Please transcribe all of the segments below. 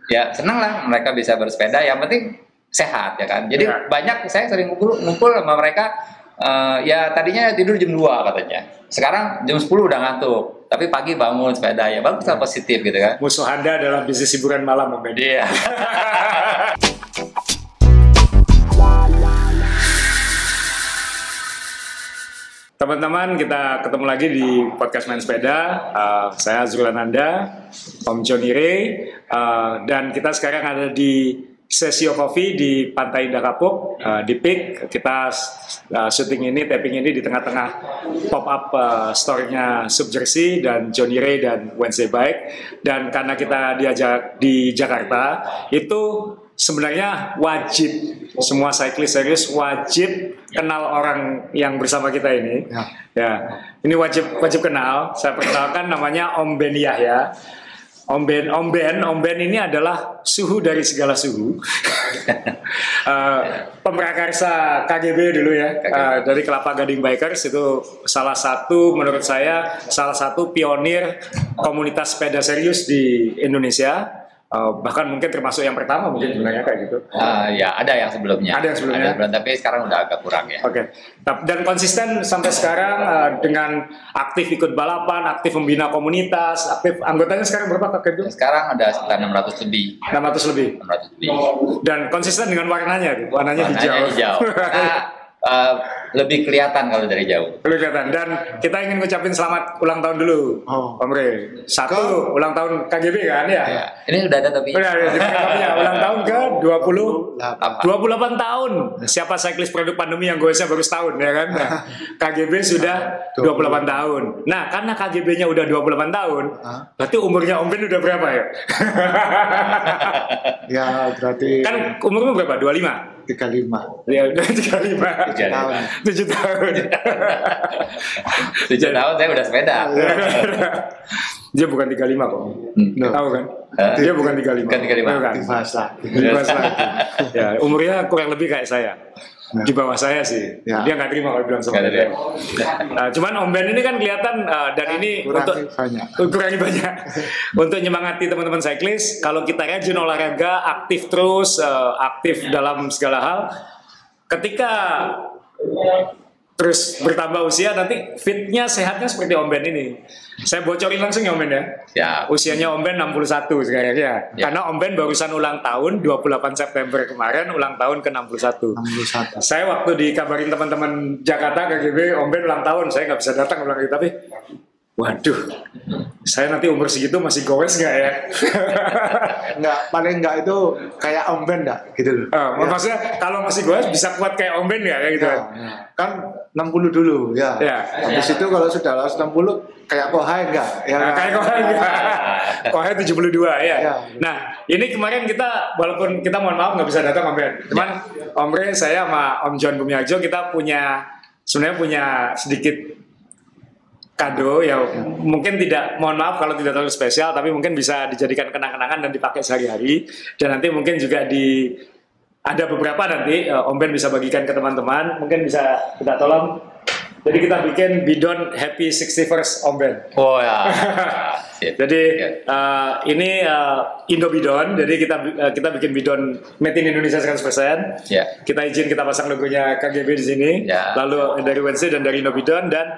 ya senang lah mereka bisa bersepeda. Yang penting sehat ya kan. Jadi banyak saya sering ngumpul sama mereka. Ya tadinya tidur jam 2 katanya. Sekarang jam 10 udah ngantuk. Tapi pagi bangun sepeda ya bagus lah, positif gitu kan. Musuh Anda adalah bisnis hiburan malam, Om Ben. Iya. Teman-teman, kita ketemu lagi di podcast Main Sepeda. Saya Azrul Ananda, Om Johnny Ray, dan kita sekarang ada di Sesio Coffee di Pantai Indah Kapuk, di PIK. Kita syuting ini, tapping ini di tengah-tengah pop-up store-nya Sub Jersey dan Johnny Ray dan Wednesday Bike. Dan karena kita diajak di Jakarta, itu sebenarnya wajib, semua cyclist serius wajib kenal orang yang bersama kita ini. Ya, ini wajib kenal. Saya perkenalkan, namanya Om Ben Yahya. Om Ben ini adalah suhu dari segala suhu. Pemrakarsa KGB dulu ya, dari Kelapa Gading Bikers. Itu menurut saya salah satu pionir komunitas sepeda serius di Indonesia. Bahkan mungkin termasuk yang pertama mungkin sebenarnya kayak gitu. Ya ada yang sebelumnya. Tapi sekarang udah agak kurang ya. Oke. Dan konsisten sampai sekarang dengan aktif ikut balapan, aktif membina komunitas, aktif. Anggotanya sekarang berapa Kak? Sekarang ada sekitar 600 lebih. 600 lebih. Dan konsisten dengan warnanya hijau. Lebih kelihatan kalau dari jauh. Lebih kelihatan. Dan kita ingin ngucapin selamat ulang tahun dulu, Om Ray. Ulang tahun KGB kan ya? Ini udah ada tapi. Ulang tahun ke 28 tahun. Siapa cyclist produk pandemi yang goesnya baru setahun ya kan? Nah, KGB sudah 28 tahun. Nah, karena KGB-nya udah 28 tahun, berarti umurnya Om Ben udah berapa ya? Ya, berarti kan umurmu berapa? 25? 35. Ya, udah 35. 7 tahun. 7 tahun. 7 tahun saya udah sepeda. Dia bukan 35 kok. Tahu kan? Dia bukan 35. Bukan 35. Dibahas lagi. Ya, umurnya kurang lebih kayak saya. Di bawah saya sih. Ya. Dia nggak terima kalau bilang sama saya. Cuman Om Ben ini kan kelihatan dan ini kurangi banyak. Untuk nyemangati teman-teman cyclist, kalau kita rajin olahraga, aktif terus, aktif dalam segala hal, ketika terus bertambah usia, nanti fitnya, sehatnya seperti Om Ben ini. Saya bocorin langsung ya Om Ben ya. Usianya Om Ben 61 sekarang ya. Karena Om Ben barusan ulang tahun 28 September kemarin, ulang tahun ke 61. Saya waktu dikabarin teman-teman Jakarta KGB, Om Ben ulang tahun, saya nggak bisa datang ulang tahun, tapi waduh, saya nanti umur segitu masih goes nggak ya? Paling nggak itu kayak Om Ben nggak gitu loh. Maksudnya kalau masih goes bisa kuat kayak Om Ben nggak kayak gitu? Kan 60 dulu ya. Habis itu kalau sudah 60 kayak Kohai enggak? Kayak Kohai enggak. Kohai 72 ya. Nah, ini kemarin kita, walaupun kita mohon maaf nggak bisa datang Om Ben, cuman Om Ray, saya sama Om John Bumiajo, kita sebenarnya punya sedikit kado ya, mungkin tidak, mohon maaf kalau tidak terlalu spesial, tapi mungkin bisa dijadikan kenang-kenangan dan dipakai sehari-hari. Dan nanti mungkin juga ada beberapa nanti Om Ben bisa bagikan ke teman-teman, mungkin bisa kita tolong. Jadi kita bikin bidon Happy 61st Om Ben. Oh ya. Jadi ini Indo Bidon. Jadi kita bikin bidon made in Indonesia 100%. Kita izin kita pasang logonya KGB di sini. Lalu dari Wednesday dan dari Indo Bidon, dan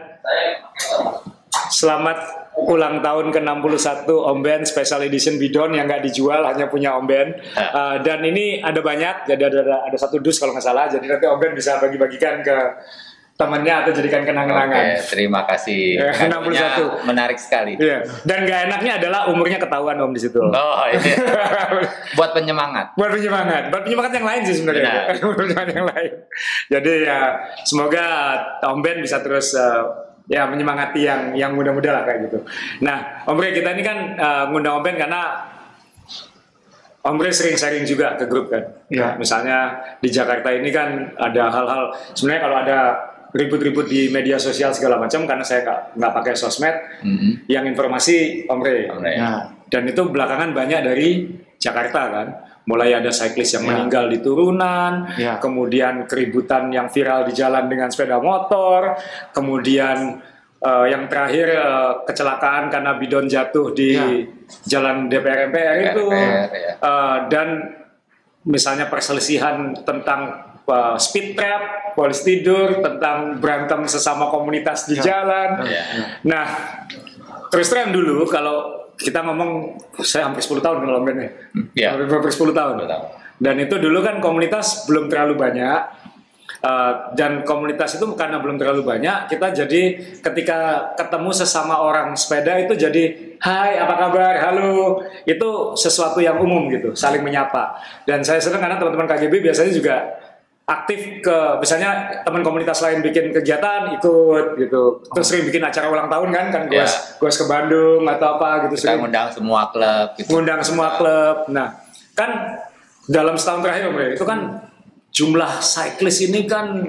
selamat ulang tahun ke-61 Om Ben, special edition bidon yang nggak dijual, hanya punya Om Ben. Dan ini ada banyak, jadi ada 1 dus kalau nggak salah. Jadi nanti Om Ben bisa bagi-bagikan ke temannya atau jadikan kenang-kenangan. Terima kasih. 61. Menarik sekali. Dan nggak enaknya adalah umurnya ketahuan Om di situ. Ini buat penyemangat. Buat penyemangat yang lain sih sebenarnya. Yang lain. Jadi ya semoga Om Ben bisa terus menyemangati yang muda-muda lah kayak gitu. Nah, Om Ray, kita ini kan ngundang Om Ben karena Om Ray sering sharing juga ke grup kan. Misalnya di Jakarta ini kan ada hal-hal, sebenarnya kalau ada ribut-ribut di media sosial segala macam, karena saya nggak pakai sosmed, yang informasi Om Ray. Dan itu belakangan banyak dari Jakarta kan, mulai ada cyclist yang meninggal di turunan, kemudian keributan yang viral di jalan dengan sepeda motor, kemudian yang terakhir kecelakaan karena bidon jatuh di jalan DPR MPR itu, dan misalnya perselisihan tentang speed trap, polisi tidur, tentang berantem sesama komunitas di jalan. Nah, terus terang dulu kalau kita ngomong, saya hampir 10 tahun kalau Omben ya, hampir 10 tahun. Dan itu dulu kan komunitas belum terlalu banyak. Dan komunitas itu karena belum terlalu banyak, kita jadi ketika ketemu sesama orang sepeda itu jadi hai apa kabar, halo, itu sesuatu yang umum gitu, saling menyapa. Dan saya senang karena teman-teman KGB biasanya juga aktif ke, misalnya teman komunitas lain bikin kegiatan ikut gitu, terus sering bikin acara ulang tahun kan gue ke Bandung atau apa gitu, kita ngundang semua klub gitu. Ngundang semua klub. Nah kan dalam setahun terakhir itu kan jumlah cyclist ini kan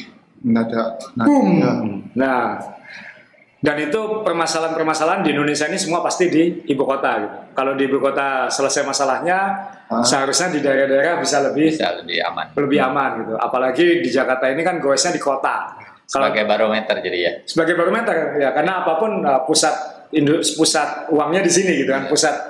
boom. Nah, dan itu permasalahan-permasalahan di Indonesia ini semua pasti di ibu kota gitu. Kalau di ibu kota selesai masalahnya, seharusnya di daerah-daerah bisa lebih aman gitu. Apalagi di Jakarta ini kan goesnya di kota. Sebagai barometer jadi ya. Sebagai barometer ya, karena apapun pusat uangnya di sini gitu kan.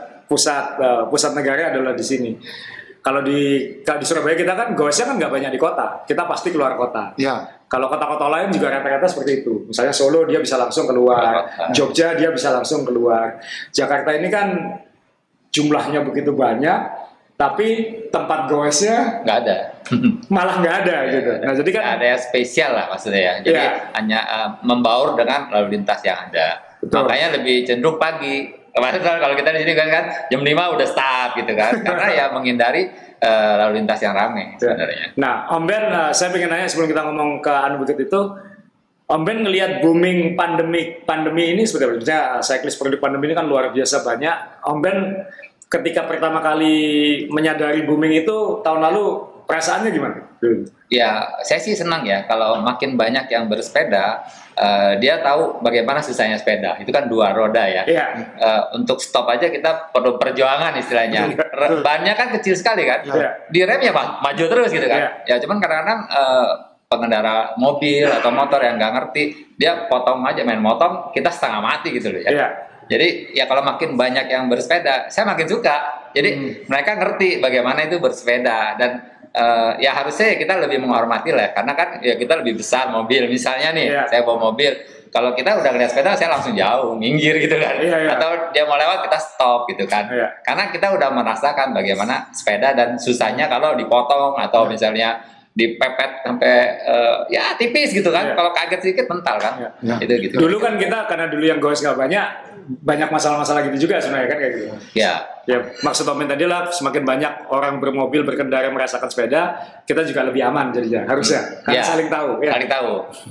Pusat negara adalah di sini. Kalau di Surabaya kita kan goesnya kan nggak banyak di kota, kita pasti keluar kota. Kalau kota-kota lain juga rata-rata seperti itu. Misalnya Solo dia bisa langsung keluar, Jogja dia bisa langsung keluar. Jakarta ini kan jumlahnya begitu banyak, tapi tempat goesnya nggak ada, malah nggak ada gitu. Nah jadi kan ada yang spesial lah maksudnya ya. Jadi hanya membaur dengan lalu lintas yang ada. Betul. Makanya lebih cenderung pagi. Kemarin kalau kita di sini kan jam 5 udah start gitu kan, karena ya menghindari lalu lintas yang ramai sebenarnya. Nah, Om Ben, saya pengen nanya sebelum kita ngomong ke Anu Bukit itu, Om Ben ngelihat booming pandemi ini sebenarnya cyclist produk pandemi ini kan luar biasa banyak. Om Ben ketika pertama kali menyadari booming itu tahun lalu perasaannya gimana? Ya, saya sih senang ya kalau makin banyak yang bersepeda. Dia tahu bagaimana susahnya sepeda. Itu kan dua roda ya. Untuk stop aja kita perlu perjuangan istilahnya. Bannya kan kecil sekali kan. Di rem ya maju terus gitu kan. Ya cuman kadang-kadang pengendara mobil atau motor yang nggak ngerti, dia potong aja, main motong, kita setengah mati gitu loh ya. Jadi ya kalau makin banyak yang bersepeda, saya makin suka. Jadi mereka ngerti bagaimana itu bersepeda, dan ya harusnya kita lebih menghormati lah, karena kan ya kita lebih besar mobil misalnya nih, saya bawa mobil, kalau kita udah ngeliat sepeda saya langsung jauh, minggir gitu kan, atau dia mau lewat kita stop gitu kan, karena kita udah merasakan bagaimana sepeda dan susahnya kalau dipotong atau misalnya dipepet sampai ya tipis gitu kan, kalau kaget sedikit mental kan, itu gitu. Dulu kan kita karena dulu yang goes nggak banyak masalah-masalah gitu juga sebenarnya kan kayak gitu. Ya maksud Om Ben tadi lah, semakin banyak orang bermobil berkendara merasakan sepeda, kita juga lebih aman jadinya harusnya, karena saling tahu. Saling tahu.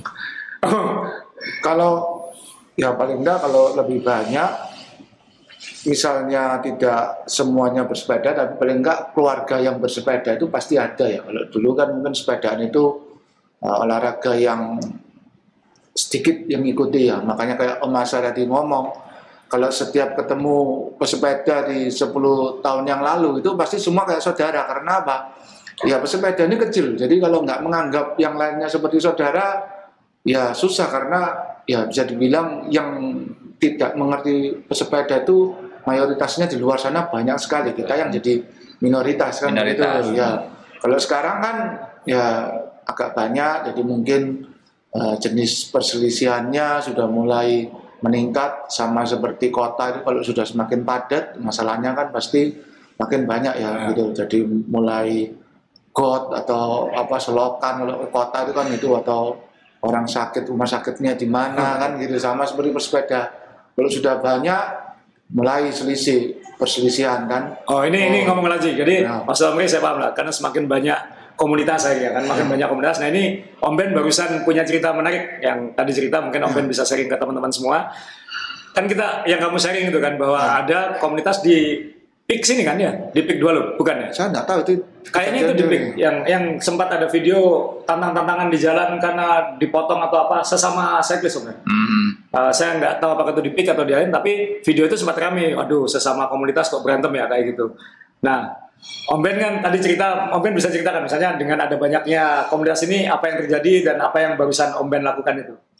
Kalau ya paling enggak kalau lebih banyak, misalnya tidak semuanya bersepeda, tapi paling enggak keluarga yang bersepeda itu pasti ada ya. Kalau dulu kan mungkin sepedaan itu olahraga yang sedikit yang ikuti ya, makanya kayak Om Asar tadi ngomong, kalau setiap ketemu pesepeda di 10 tahun yang lalu itu pasti semua kayak saudara. Karena apa? Ya pesepeda ini kecil, jadi kalau nggak menganggap yang lainnya seperti saudara, ya susah, karena ya bisa dibilang yang tidak mengerti pesepeda itu mayoritasnya di luar sana banyak sekali. Kita yang jadi minoritas kan gitu. Ya kalau sekarang kan ya agak banyak, jadi mungkin jenis perselisihannya sudah mulai meningkat, sama seperti kota itu kalau sudah semakin padat masalahnya kan pasti makin banyak ya gitu. Jadi mulai got atau apa selokan kalau kota itu kan itu, atau orang sakit rumah sakitnya di mana kan gitu, sama seperti bersepeda. Kalau sudah banyak mulai perselisihan kan. Ini ngomong lagi. Jadi maksud Omri saya paham lah, karena semakin banyak komunitas saya kan, makin banyak komunitas. Nah ini Om Ben barusan punya cerita menarik yang tadi cerita, mungkin Om Ben bisa sharing ke teman-teman semua. Kan kita yang kamu sharing itu kan bahwa ada komunitas di PIK sini kan ya, di PIK 2 loh, bukan ya? Saya nggak tahu itu. Kayaknya itu di PIK yang sempat ada video tantang-tantangan di jalan karena dipotong atau apa sesama cyclist Om. Saya nggak tahu apakah itu di PIK atau di lain, tapi video itu sempat rame. Aduh, sesama komunitas kok berantem ya kayak gitu. Nah, Om Ben kan tadi cerita, Om Ben bisa ceritakan misalnya dengan ada banyaknya komunitas ini apa yang terjadi dan apa yang barusan Om Ben lakukan itu.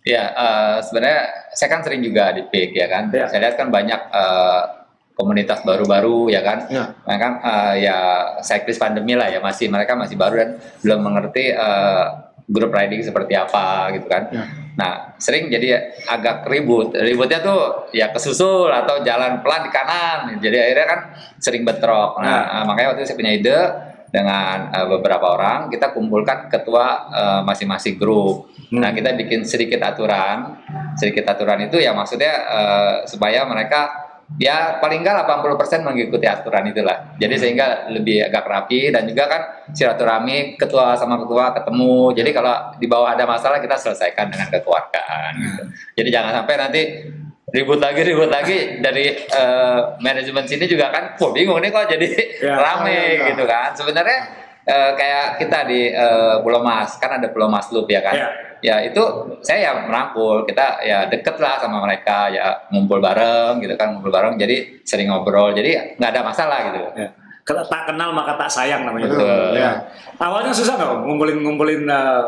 Ya, sebenarnya saya kan sering juga di PIK ya kan. Ya. Saya lihat kan banyak komunitas baru-baru ya kan. Ya. Mereka kan ya cyclist pandemi lah ya, mereka masih baru dan belum mengerti group riding seperti apa gitu kan. Ya. Nah, sering jadi agak ribut. Ributnya tuh ya kesusul atau jalan pelan di kanan. Jadi akhirnya kan sering bentrok. Nah, makanya waktu itu saya punya ide dengan beberapa orang, kita kumpulkan ketua masing-masing grup. Nah, kita bikin sedikit aturan itu ya maksudnya supaya mereka ya paling nggak 80% mengikuti aturan itulah. Jadi sehingga lebih agak rapi dan juga kan silaturahmi ketua sama ketua ketemu. Jadi kalau di bawah ada masalah kita selesaikan dengan kekeluargaan. Gitu. Jadi jangan sampai nanti ribut lagi dari manajemen sini juga kan, bingung nih kok jadi rame gitu kan. Sebenarnya kayak kita di Pulau Mas kan ada Pulau Mas Loop ya kan. Ya itu saya ya merangkul, kita ya deket lah sama mereka, ya ngumpul bareng gitu kan, jadi sering ngobrol, jadi nggak ada masalah gitu. Ya. Tak kenal maka tak sayang namanya. Betul. Ya. Awalnya susah nggak ngumpulin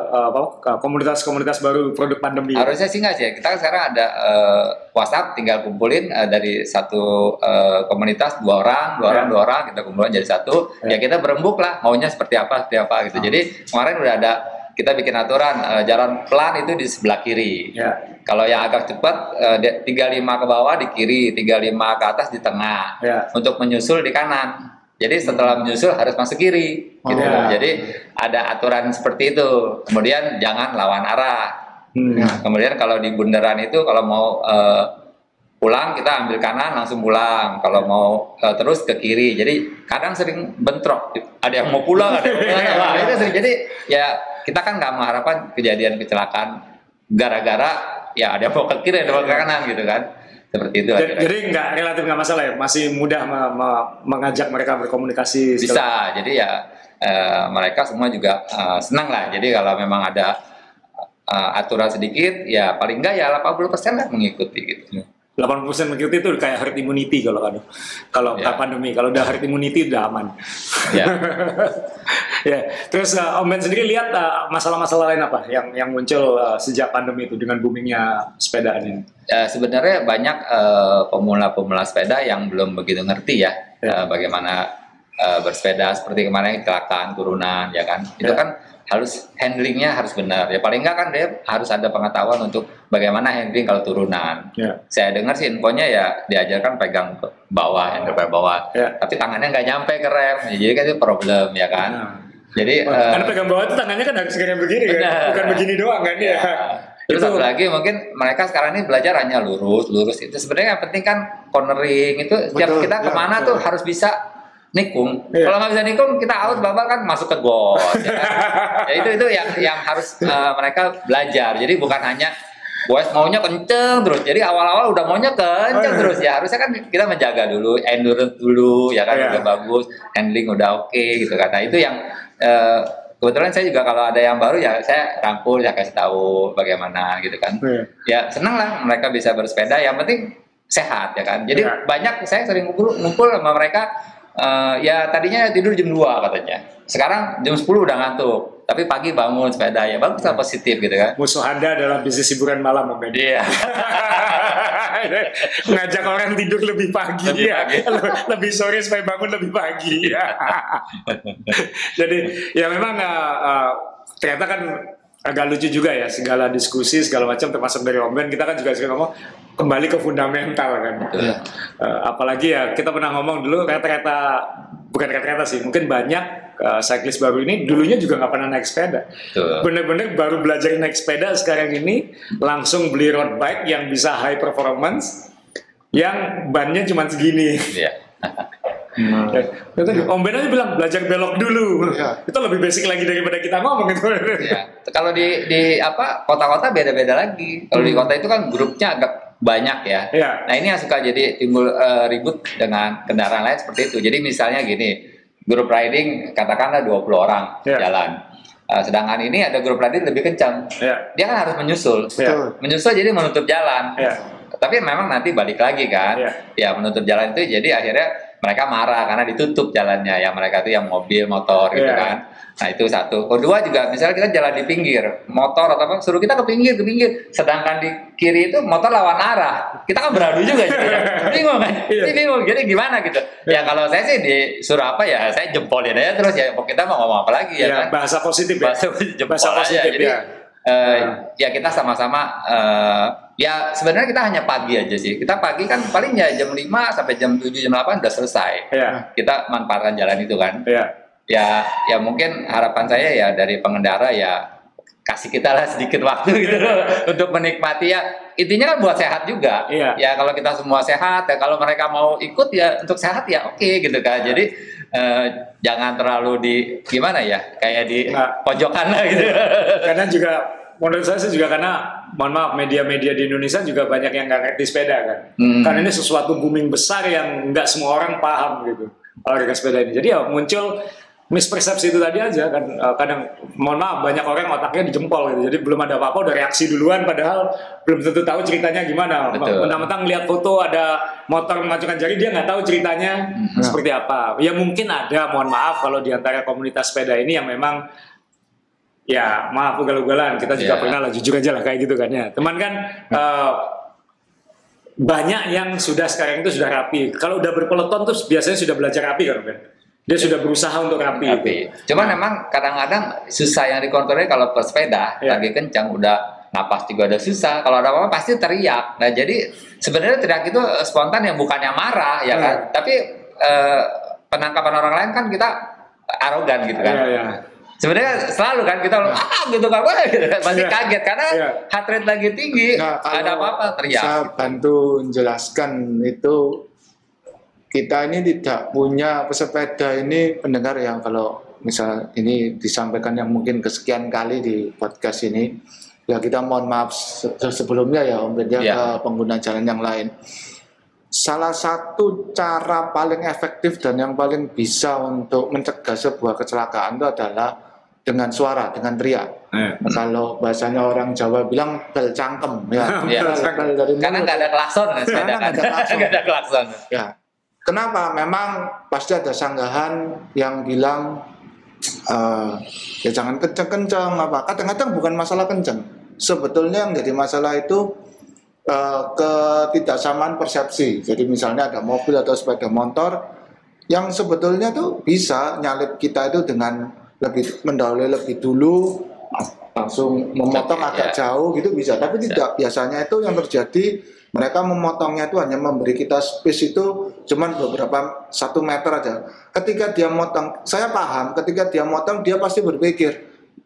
komunitas baru produk pandemi? Harusnya sih nggak sih. Kita sekarang ada WhatsApp, tinggal kumpulin dari satu komunitas dua orang kita kumpulin jadi satu. Ya kita berembuk lah maunya seperti apa gitu. Jadi kemarin udah ada, kita bikin aturan jalan pelan itu di sebelah kiri. Ya. Kalau yang agak cepat 35 ke bawah di kiri, 35 ke atas di tengah. Ya. Untuk menyusul di kanan. Jadi setelah menyusul harus masuk kiri, gitu. Jadi ada aturan seperti itu. Kemudian jangan lawan arah. Kemudian kalau di bundaran itu kalau mau pulang kita ambil kanan langsung pulang. Kalau mau terus ke kiri. Jadi kadang sering bentrok. Ada yang mau pulang, ada yang mau pulang. Wah, itu sering. Jadi ya kita kan nggak mengharapkan kejadian kecelakaan gara-gara ya ada yang mau ke kiri, ada yang mau ke kanan gitu kan. Seperti itu. Jadi relatif nggak masalah ya, masih mudah mengajak mereka berkomunikasi. Bisa, jadi ya mereka semua juga senang lah. Jadi kalau memang ada aturan sedikit, ya paling enggak ya 80% lah mengikuti gitu. 80% mengikuti itu kayak herd immunity kalau pandemi. Kalau udah herd immunity udah aman. Ya. Ya. Terus Om Ben sendiri lihat masalah-masalah lain apa yang muncul sejak pandemi itu dengan boomingnya sepedaan ini? Sebenarnya banyak pemula-pemula sepeda yang belum begitu ngerti ya bagaimana bersepeda, seperti kemarin kecelakaan turunan ya kan. Itu kan harus handlingnya harus benar ya, paling enggak kan dia harus ada pengetahuan untuk bagaimana handling kalau turunan. Saya dengar sih infonya ya diajarkan pegang ke bawah, handle bawah, tapi tangannya nggak nyampe ke rem, jadi kan itu problem ya kan. Jadi karena pegang bawah itu tangannya kan harus kayak begini kan, bukan begini doang kan ya. Terus satu lagi mungkin mereka sekarang ini belajar hanya lurus itu sebenarnya yang penting kan cornering itu setiap kita kemana tuh harus bisa nikung. Kalau nggak bisa nikung kita out babal kan masuk ke got. Ya kan? Ya itu yang harus mereka belajar. Jadi bukan hanya maunya kenceng terus. Jadi awal-awal udah maunya kenceng terus ya. Harusnya kan kita menjaga dulu, endurance dulu ya kan udah bagus, handling udah oke gitu kan. Nah itu yang kebetulan saya juga kalau ada yang baru ya saya rangkul, ya kasih tahu bagaimana gitu kan. Ya senang lah mereka bisa bersepeda. Yang penting sehat ya kan. Jadi banyak saya sering ngumpul sama mereka. Ya tadinya tidur jam 2 katanya. Sekarang jam 10 udah ngantuk. Tapi pagi bangun sepeda ya bagus lah, positif gitu kan. Musuh Anda adalah bisnis hiburan malam, Om Ben. Iya. Ngajak orang tidur lebih pagi lebih sore supaya bangun lebih pagi. Jadi ya memang ternyata kan agak lucu juga ya, segala diskusi segala macam termasuk dari Om Ben, kita kan juga sering ngomong kembali ke fundamental kan. Apalagi ya kita pernah ngomong dulu bukan kata-kata sih, mungkin banyak cyclist baru ini dulunya juga nggak pernah naik sepeda. Bener-bener baru belajar naik sepeda sekarang ini langsung beli road bike yang bisa high performance yang bannya cuma segini. Om Ben aja bilang belajar belok dulu. Itu lebih basic lagi daripada kita ngomong gitu. Kalau di kota-kota beda-beda lagi. Kalau di kota itu kan grupnya agak banyak ya. Nah ini yang suka jadi timbul ribut dengan kendaraan lain seperti itu. Jadi misalnya gini, grup riding katakanlah 20 orang jalan. Sedangkan ini ada grup riding lebih kencang. Dia kan harus menyusul. Menyusul jadi menutup jalan. Tapi memang nanti balik lagi kan. Ya menutup jalan itu jadi akhirnya mereka marah karena ditutup jalannya ya, mereka tuh yang mobil, motor gitu kan. Nah itu satu. Kedua juga misalnya kita jalan di pinggir, motor atau apa suruh kita ke pinggir, sedangkan di kiri itu motor lawan arah, kita kan beradu juga gitu ya. Bingung kan? Bingung. Jadi gimana gitu? Ya kalau saya sih disuruh apa ya, saya jempolin aja terus ya. Kita mau ngomong apa lagi ya kan? Bahasa positif ya. Bahasa positif ya. Jadi ya kita sama-sama ya sebenarnya kita hanya pagi aja sih. Kita pagi kan paling ya jam 5 sampai jam 7 jam 8 udah selesai. Kita manfaatkan jalan itu kan. Ya mungkin harapan saya ya dari pengendara ya kasih kita lah sedikit waktu gitu loh untuk menikmati ya. Intinya kan buat sehat juga. Ya kalau kita semua sehat ya, kalau mereka mau ikut ya untuk sehat ya oke gitu kan. Jadi jangan terlalu di gimana ya kayak di pojokan lah gitu. Karena juga menurut saya sih juga karena mohon maaf media-media di Indonesia juga banyak yang nggak ngerti sepeda kan. Karena ini sesuatu booming besar yang nggak semua orang paham gitu olahraga sepeda ini. Jadi ya muncul mispersepsi itu tadi aja kan. Kadang mohon maaf banyak orang otaknya dijempol gitu. Jadi belum ada apa-apa udah reaksi duluan padahal belum tentu tahu ceritanya gimana. Mentang-mentang lihat foto ada motor mengacungkan jari dia nggak tahu ceritanya seperti apa. Ya mungkin ada mohon maaf kalau di antara komunitas sepeda ini yang memang ya maaf ugal-ugalan kita juga pernah lah jujur aja lah kayak gitu kan ya. Teman kan banyak yang sudah sekarang itu sudah rapi. Kalau udah berpeloton tuh biasanya sudah belajar rapi kan. Dia sudah berusaha untuk rapi. Cuman memang kadang-kadang susah yang dikontrolnya kalau pesepeda lagi kencang udah napas juga udah susah. Kalau ada apa-apa pasti teriak. Nah jadi sebenarnya teriak itu spontan yang bukannya marah ya kan. Tapi penangkapan orang lain kan kita arogan gitu kan. Sebenarnya selalu kan kita gitu kan, pasti kaget karena heart rate lagi tinggi. Ada apa-apa teriak. Saya bantu menjelaskan itu. Kita ini tidak punya pesepeda ini pendengar yang kalau misal ini disampaikan yang mungkin kesekian kali di podcast ini ya kita mohon maaf sebelumnya ya Om Beda ke pengguna jalan yang lain. Salah satu cara paling efektif dan yang paling bisa untuk mencegah sebuah kecelakaan itu adalah dengan suara, dengan teriak. Kalau bahasanya orang Jawa bilang bel cangkem ya. Karena nggak ada klakson kan sepeda kan. Nggak ada klakson. Ya. Kenapa? Memang pasti ada sanggahan yang bilang ya jangan kenceng-kenceng apa. Kadang-kadang bukan masalah kenceng. Sebetulnya yang jadi masalah itu ketidaksamaan persepsi. Jadi misalnya ada mobil atau sepeda motor yang sebetulnya tuh bisa nyalip kita itu dengan lebih mendahului lebih dulu, langsung memotong agak jauh gitu bisa. Tapi tidak, biasanya itu yang terjadi mereka memotongnya itu hanya memberi kita space itu cuman beberapa 1 meter aja. Ketika dia motong, saya paham ketika dia motong dia pasti berpikir,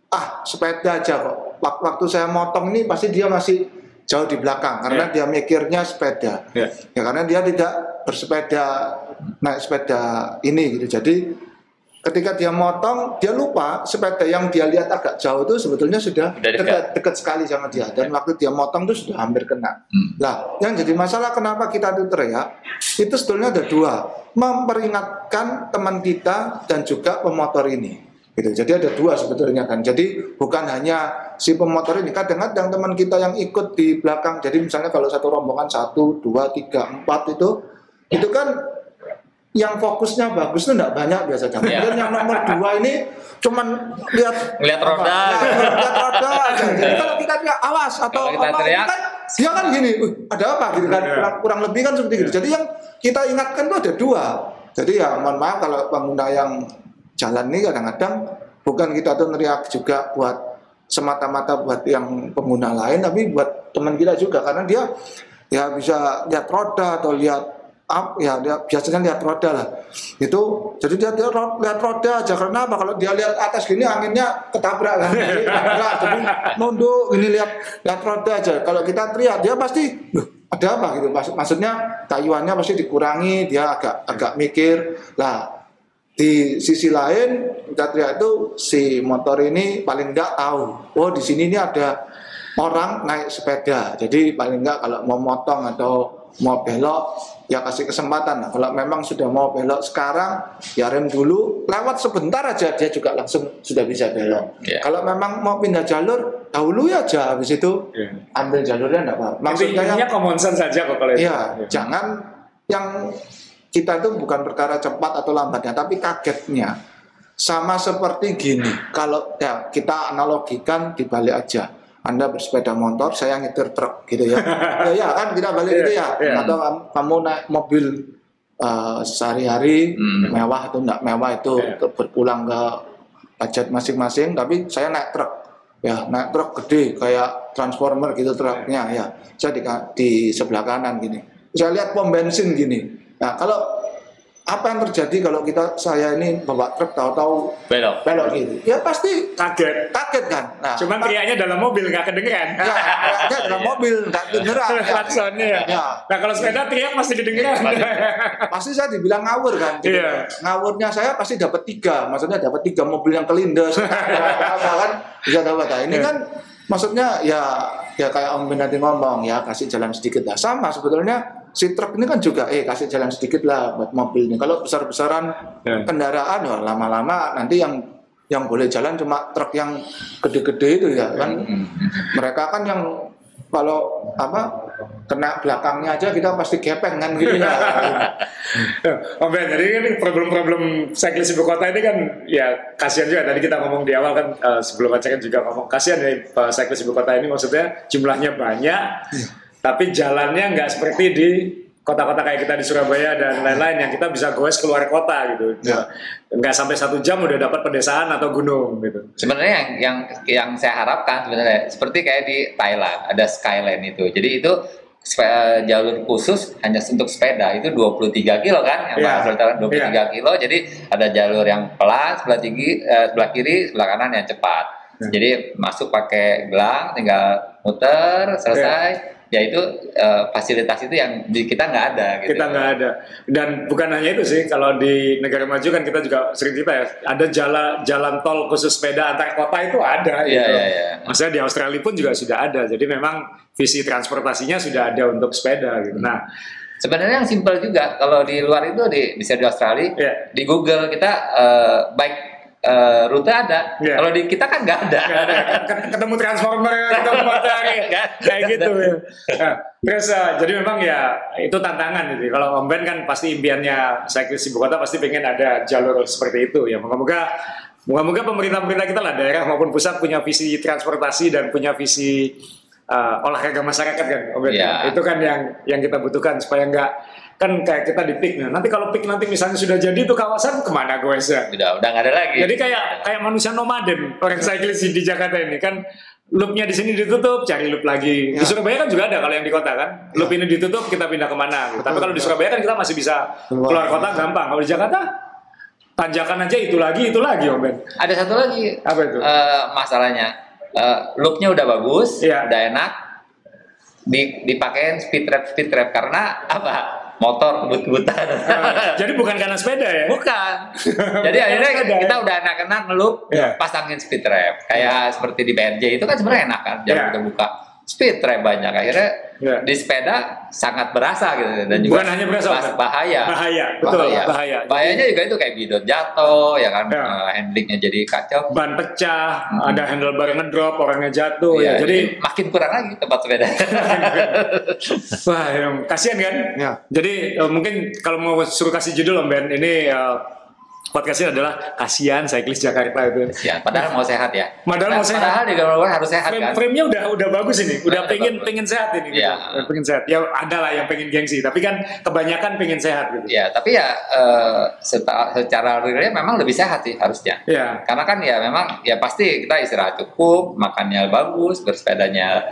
sepeda aja kok. Waktu saya motong ini pasti dia masih jauh di belakang karena dia mikirnya sepeda. Ya karena dia tidak bersepeda naik sepeda ini gitu. Jadi ketika dia motong, dia lupa sepeda yang dia lihat agak jauh itu sebetulnya sudah dekat sekali sama dia. Dan waktu dia motong itu sudah hampir kena. Nah, yang jadi masalah kenapa kita itu teriak, itu sebetulnya ada 2. Memperingatkan teman kita dan juga pemotor ini. Gitu. Jadi ada 2 sebetulnya kan. Jadi bukan hanya si pemotor ini. Kadang-kadang teman kita yang ikut di belakang. Jadi misalnya kalau satu rombongan 1, 2, 3, 4 itu kan yang fokusnya bagus itu enggak banyak biasanya. Kemudian yang nomor 2 ini cuman lihat roda. Lihat roda aja. Jadi kalau kita teriak awas atau kita apa teriak, kan dia kan gini, ada apa gitu kan. Kurang lebih kan seperti gitu. Jadi yang kita ingatkan itu ada 2. Jadi ya mohon maaf kalau pengguna yang jalan ini kadang-kadang bukan kita tuh teriak juga buat semata-mata buat yang pengguna lain, tapi buat teman kita juga karena dia ya bisa lihat roda atau lihat dia biasanya lihat roda lah itu. Jadi dia lihat roda aja karena apa? Kalau dia lihat atas gini anginnya ketabrak kan. Jadi nunduk ini lihat roda aja. Kalau kita teriak dia pasti ada apa gitu. Maksudnya kayuannya pasti dikurangi, dia agak mikir lah. Di sisi lain kita teriak itu si motor ini paling enggak tahu di sini ini ada orang naik sepeda. Jadi paling enggak kalau mau motong atau mau belok ya kasih kesempatan. Nah, kalau memang sudah mau belok sekarang ya rem dulu, lewat sebentar aja dia juga langsung sudah bisa belok. Kalau memang mau pindah jalur dahulu ya aja, habis itu ambil jalurnya enggak apa-apa. Maksudnya common sense saja kok kalau itu. Jangan yang kita itu bukan perkara cepat atau lambatnya, tapi kagetnya. Sama seperti gini, kalau ya kita analogikan dibalik aja. Anda bersepeda motor, saya nyetir truk gitu ya. Ya kan kita balik itu ya. Atau kamu naik mobil sehari-hari mewah atau enggak mewah itu berpulang ke budget masing-masing, tapi saya naik truk. Ya, naik truk gede kayak transformer gitu truknya ya. Saya di sebelah kanan gini. Saya lihat pom bensin gini. Nah, kalau apa yang terjadi kalau saya ini bawa truk tahu-tahu belok gitu? Ya pasti kaget kan. Nah, cuman teriaknya dalam mobil nggak kedengeran. Ya, dalam mobil nggak kedengeran. Klaksonnya. Ya. Nah kalau sepeda teriak pasti kedengeran. Pasti saya dibilang ngawur kan. Gitu. Yeah. Ngawurnya saya pasti dapat 3. Maksudnya dapat 3 mobil yang kelindes. Kan bisa dapat. Nah, ini kan maksudnya ya kayak Om Ben nanti ngomong ya, kasih jalan sedikit lah. Sama sebetulnya. Si truk ini kan juga kasih jalan sedikit lah buat mobil ini. Kalau besar-besaran kendaraan ya lama-lama nanti yang boleh jalan cuma truk yang gede-gede itu ya kan. Mereka kan yang kalau kena belakangnya aja kita pasti gepeng kan gitu ya. Om Ben, jadi kan problem-problem cyclist ibu kota ini kan ya kasihan juga. Tadi kita ngomong di awal kan sebelum acara juga ngomong kasihan ya cyclist ibu kota ini, maksudnya jumlahnya banyak. Tapi jalannya nggak seperti di kota-kota kayak kita di Surabaya dan lain-lain yang kita bisa goes keluar kota gitu. Nggak sampai 1 jam udah dapat pedesaan atau gunung gitu. Sebenarnya yang saya harapkan sebenarnya seperti kayak di Thailand ada Skyline itu. Jadi itu jalur khusus hanya untuk sepeda itu 23 kilo kan, yang 23 kilo. Jadi ada jalur yang pelan sebelah kiri, sebelah kanan yang cepat. Jadi masuk pakai gelang, tinggal muter selesai. Ya itu fasilitas itu yang di kita nggak ada gitu. Kita nggak ada. Dan bukan hanya itu sih, kalau di negara maju kan kita juga sering cerita ya, ada jalan tol khusus sepeda antar kota itu ada gitu. Maksudnya di Australia pun juga sudah ada. Jadi memang visi transportasinya sudah ada untuk sepeda gitu. Nah, sebenarnya yang simpel juga kalau di luar itu bisa di Australia, di Google kita rute ada. Kalau di kita kan nggak ada. Ketemu transformer, ketemu matahari, kayak gitu. Nah, terus jadi memang ya itu tantangan gitu. Kalau Om Ben kan pasti impiannya cyclist ibu kota pasti pengen ada jalur seperti itu ya. Moga-moga pemerintah kita lah, daerah maupun pusat punya visi transportasi dan punya visi olahraga masyarakat kan, Om Ben. Itu kan yang kita butuhkan supaya nggak kan kayak kita di peak. Nanti kalau peak nanti misalnya sudah jadi itu kawasan kemana gue sih? Udah nggak ada lagi. Jadi kayak manusia nomaden orang cyclist di Jakarta ini kan, loopnya di sini ditutup, cari loop lagi. Di Surabaya kan juga ada kalau yang di kota kan, loop ini ditutup kita pindah kemana. Tapi kalau di Surabaya kan kita masih bisa keluar kota gampang. Kalau di Jakarta tanjakan aja itu lagi Om Ben. Ada satu lagi. Apa itu? Masalahnya loopnya udah bagus, udah enak, dipakein speed trap karena apa? Motor kebut-kebutan. Jadi bukan karena sepeda ya? Bukan. Jadi akhirnya kita udah enak-enak ngelup, pasangin speed trap. Kayak seperti di BRJ itu kan sebenarnya enak kan, jangan kita buka speed trap banyak. Akhirnya di sepeda sangat berasa gitu, dan juga bukan hanya berasa, bahaya. Betul, bahaya. Bahayanya juga itu kayak bidon jatuh, ya kan, handlingnya jadi kacau, ban pecah, ada handlebar ngedrop, orangnya jatuh, jadi makin kurang lagi tempat sepeda. Wah, kasihan kan? Jadi mungkin kalau mau suruh kasih judul Om Ben, ini podcastnya adalah kasihan cyclist Jakarta itu. Ya, padahal mau sehat ya. Padahal di luar harus sehat kan. Frame-nya udah bagus ini, udah pengen sehat ini. Gitu. Pengen sehat. Ya ada lah yang pengen gengsi, tapi kan kebanyakan pengen sehat gitu. Ya, tapi ya secara realnya memang lebih sehat sih harusnya. Karena kan ya memang ya pasti kita istirahat cukup, makannya bagus, bersepedanya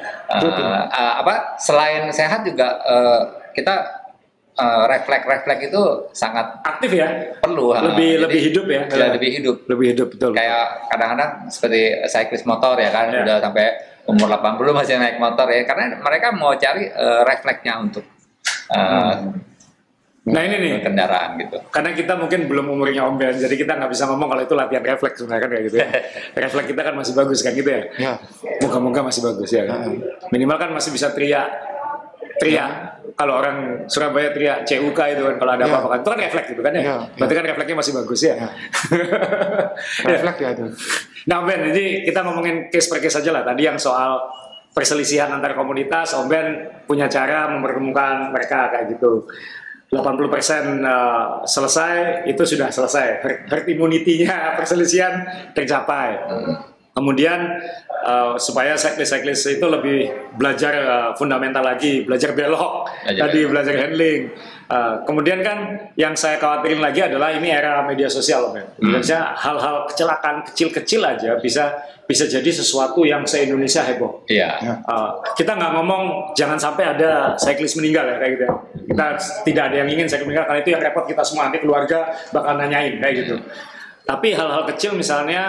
selain sehat juga kita refleks itu sangat aktif ya, perlu lebih hidup ya, lebih hidup betul. Kayak kadang-kadang seperti cyclist motor ya kan, udah sampai umur 80 masih naik motor ya, karena mereka mau cari refleksnya untuk nah ini nih kendaraan gitu. Karena kita mungkin belum umurnya Om Ben, jadi kita nggak bisa ngomong kalau itu latihan refleks sebenarnya kan kayak gitu ya. Refleks kita kan masih bagus kan gitu ya. Moga-moga masih bagus ya kan. Minimal kan masih bisa teriak. Kalau orang Surabaya teriak CUK itu kan kalau ada apa-apa kan, itu kan refleks gitu kan ya. Berarti kan refleksnya masih bagus ya. Refleks ya itu. Nah Ben, jadi kita ngomongin case per case aja lah. Tadi yang soal perselisihan antar komunitas, Om Ben punya cara mempertemukan mereka kayak gitu. 80% selesai, itu sudah selesai. Herd immunity-nya perselisihan tercapai. Kemudian supaya cyclist itu lebih belajar fundamental lagi, belajar belok, belajar handling. Kemudian kan yang saya khawatirin lagi adalah ini era media sosial, Biasanya hal-hal kecelakaan kecil-kecil aja bisa jadi sesuatu yang se-Indonesia heboh. Iya. Kita nggak ngomong jangan sampai ada cyclist meninggal ya kayak gitu. Kita tidak ada yang ingin cyclist meninggal, karena itu yang repot kita semua, nanti keluarga bakal nanyain kayak gitu. Tapi hal-hal kecil misalnya,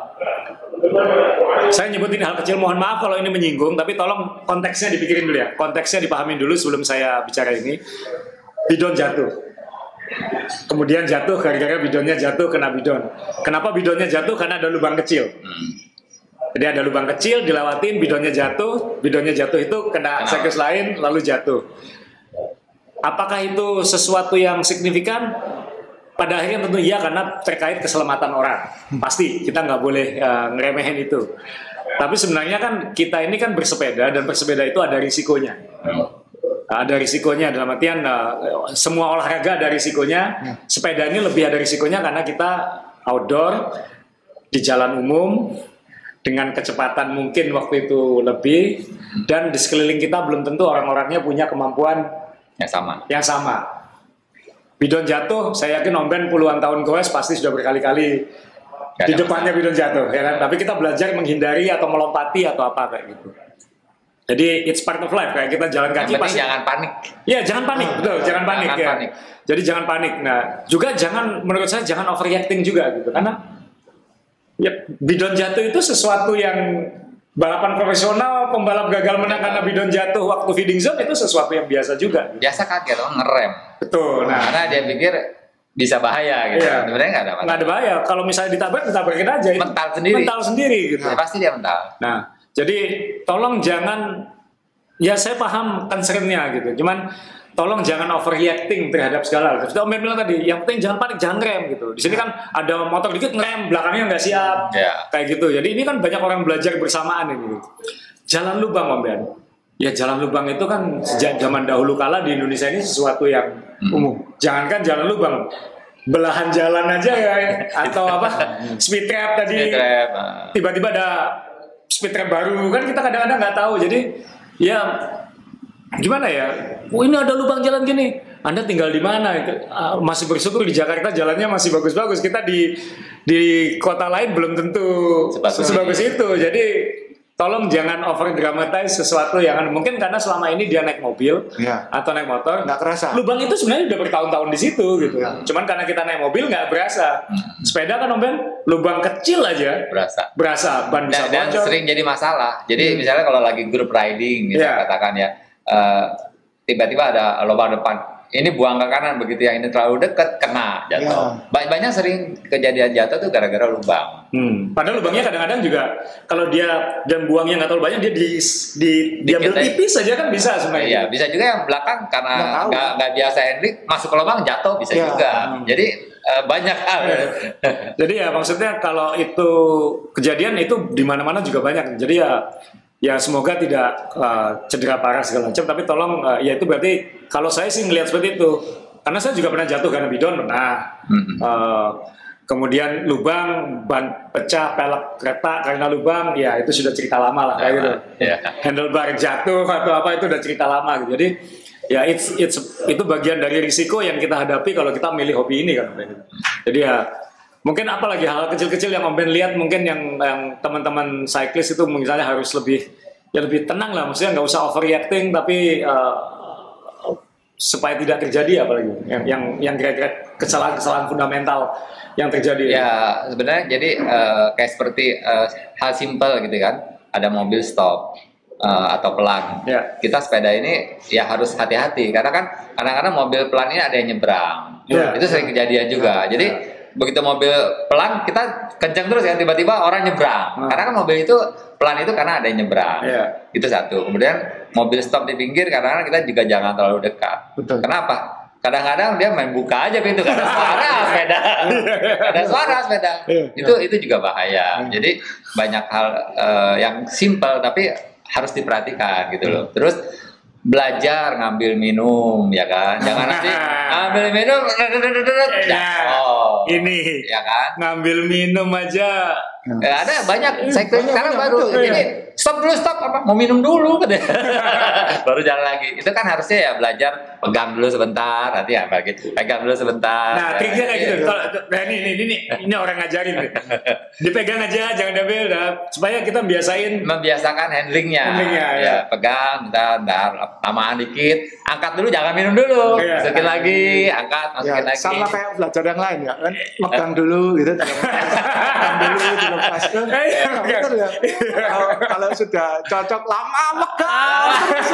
saya nyebutin hal kecil, mohon maaf kalau ini menyinggung, tapi tolong konteksnya dipikirin dulu ya, konteksnya dipahamin dulu sebelum saya bicara ini. Bidon jatuh, kemudian jatuh gara-gara bidonnya jatuh kena bidon. Kenapa bidonnya jatuh? Karena ada lubang kecil. Jadi ada lubang kecil, dilewatin, bidonnya jatuh itu kena cyclist lain lalu jatuh. Apakah itu sesuatu yang signifikan? Pada akhirnya tentu iya, karena terkait keselamatan orang. Pasti kita nggak boleh ngeremehin itu. Tapi sebenarnya kan kita ini kan bersepeda, dan bersepeda itu ada risikonya. Ada risikonya dalam artian semua olahraga ada risikonya. Sepeda ini lebih ada risikonya karena kita outdoor di jalan umum dengan kecepatan mungkin waktu itu lebih, dan di sekeliling kita belum tentu orang-orangnya punya kemampuan yang sama. Bidon jatuh, saya yakin Om Ben puluhan tahun goes pasti sudah berkali-kali di depannya bidon jatuh, ya kan? Tapi kita belajar menghindari atau melompati atau apa kayak gitu. Jadi it's part of life, kayak kita jalan kaki pasti jangan panik. Ya, jangan panik, betul, jangan panik ya. Panik. Jadi jangan panik. Nah, juga menurut saya jangan overreacting juga gitu, karena ya bidon jatuh itu sesuatu yang balapan profesional, pembalap gagal menang karena bidon jatuh waktu feeding zone itu sesuatu yang biasa juga. Biasa kaget, ngerem. Betul. Nah, karena dia pikir bisa bahaya gitu. Iya. Sebenarnya nggak ada masalah. Nggak ada bahaya. Kalau misalnya ditabrakin aja. Mental sendiri gitu. Ya, pasti dia mental. Nah, jadi tolong jangan, ya saya paham concern-nya gitu. Cuman tolong jangan overreacting terhadap segala hal. Sudah Om Ben bilang tadi, yang penting jangan panik, jangan rem gitu. Di sini kan ada motor dikit ngerem, belakangnya nggak siap, kayak gitu. Jadi ini kan banyak orang belajar bersamaan ini. Jalan lubang Om Ben. Ya jalan lubang itu kan sejak zaman dahulu kala di Indonesia ini sesuatu yang umum. Jangankan jalan lubang, belahan jalan aja ya, atau apa speed trap tadi. Tiba-tiba ada speed trap baru kan kita kadang-kadang nggak tahu. Jadi ya gimana ya? Oh ini ada lubang jalan gini. Anda tinggal di mana? Masih bersyukur di Jakarta jalannya masih bagus-bagus. Kita di kota lain belum tentu sebagus itu. Jadi tolong jangan over dramatize sesuatu yang mungkin karena selama ini dia naik mobil atau naik motor nggak kerasa. Lubang itu sebenarnya udah bertahun-tahun di situ gitu. Cuman karena kita naik mobil nggak berasa. Sepeda kan Om Ben, lubang kecil aja berasa ban bisa dan bocor. Sering jadi masalah. Jadi misalnya kalau lagi group riding misalnya katakan ya, tiba-tiba ada lubang depan. Ini buang ke kanan, begitu yang ini terlalu dekat kena jatuh. Banyak sering kejadian jatuh tuh gara-gara lubang. Padahal lubangnya kadang-kadang juga kalau dia dan buangnya nggak terlalu banyak, dia diambil tipis saja kan bisa sebenarnya. Iya, bisa juga yang belakang karena nggak biasa handling masuk ke lubang jatuh bisa juga. Jadi banyak hal. Jadi ya maksudnya kalau itu kejadian itu di mana-mana juga banyak. Jadi ya semoga tidak cedera parah segala macam, tapi tolong ya itu berarti kalau saya sih ngelihat seperti itu, karena saya juga pernah jatuh karena bidon pernah, kemudian lubang, ban pecah, pelek kereta karena lubang, ya itu sudah cerita lama lah kayak gitu. Handlebar jatuh atau apa itu udah cerita lama gitu. Jadi ya itu bagian dari risiko yang kita hadapi kalau kita milih hobi ini kan. Jadi ya mungkin apalagi hal kecil-kecil yang Om Ben lihat mungkin yang teman-teman cyclist itu misalnya harus lebih tenang lah, maksudnya nggak usah overreacting, tapi supaya tidak terjadi apalagi yang kira-kira kesalahan fundamental yang terjadi. Ya sebenarnya jadi kayak seperti hal simpel gitu kan, ada mobil stop atau pelan. Kita sepeda ini ya harus hati-hati karena kan kadang-kadang mobil pelan ini ada yang nyebrang. Itu sering kejadian juga. Jadi begitu mobil pelan kita kencang terus ya, tiba-tiba orang nyebrang. Karena kan mobil itu pelan itu karena ada yang nyebrang. Itu satu. Kemudian mobil stop di pinggir, kadang-kadang kita juga jangan terlalu dekat. Betul. Kenapa? Kadang-kadang dia main buka aja pintu karena suara sepeda. Ada suara sepeda. Itu juga bahaya. Jadi banyak hal yang simpel tapi harus diperhatikan gitu loh. Terus belajar ngambil minum ya kan, jangan nanti ngambil minum ini ya kan, ngambil minum aja. Ada banyak cycling sekarang baru betul, ini stop apa mau minum dulu katanya. Baru jalan lagi. Itu kan harusnya ya belajar pegang dulu sebentar, nanti apa gitu, pegang dulu sebentar. Nah, triknya kayak gitu. Nah, ini orang ngajarin nih. Dipegang aja, jangan diambil, supaya kita membiasakan handlingnya ya. Pegang, bentar, tamaan dikit, angkat dulu, jangan minum dulu, masukin lagi, angkat, masukin lagi. Sama kayak belajar yang lain ya kan, pegang dulu gitu, pegang dulu dilepas. Betul ya. Kalau sudah cocok lama pegang.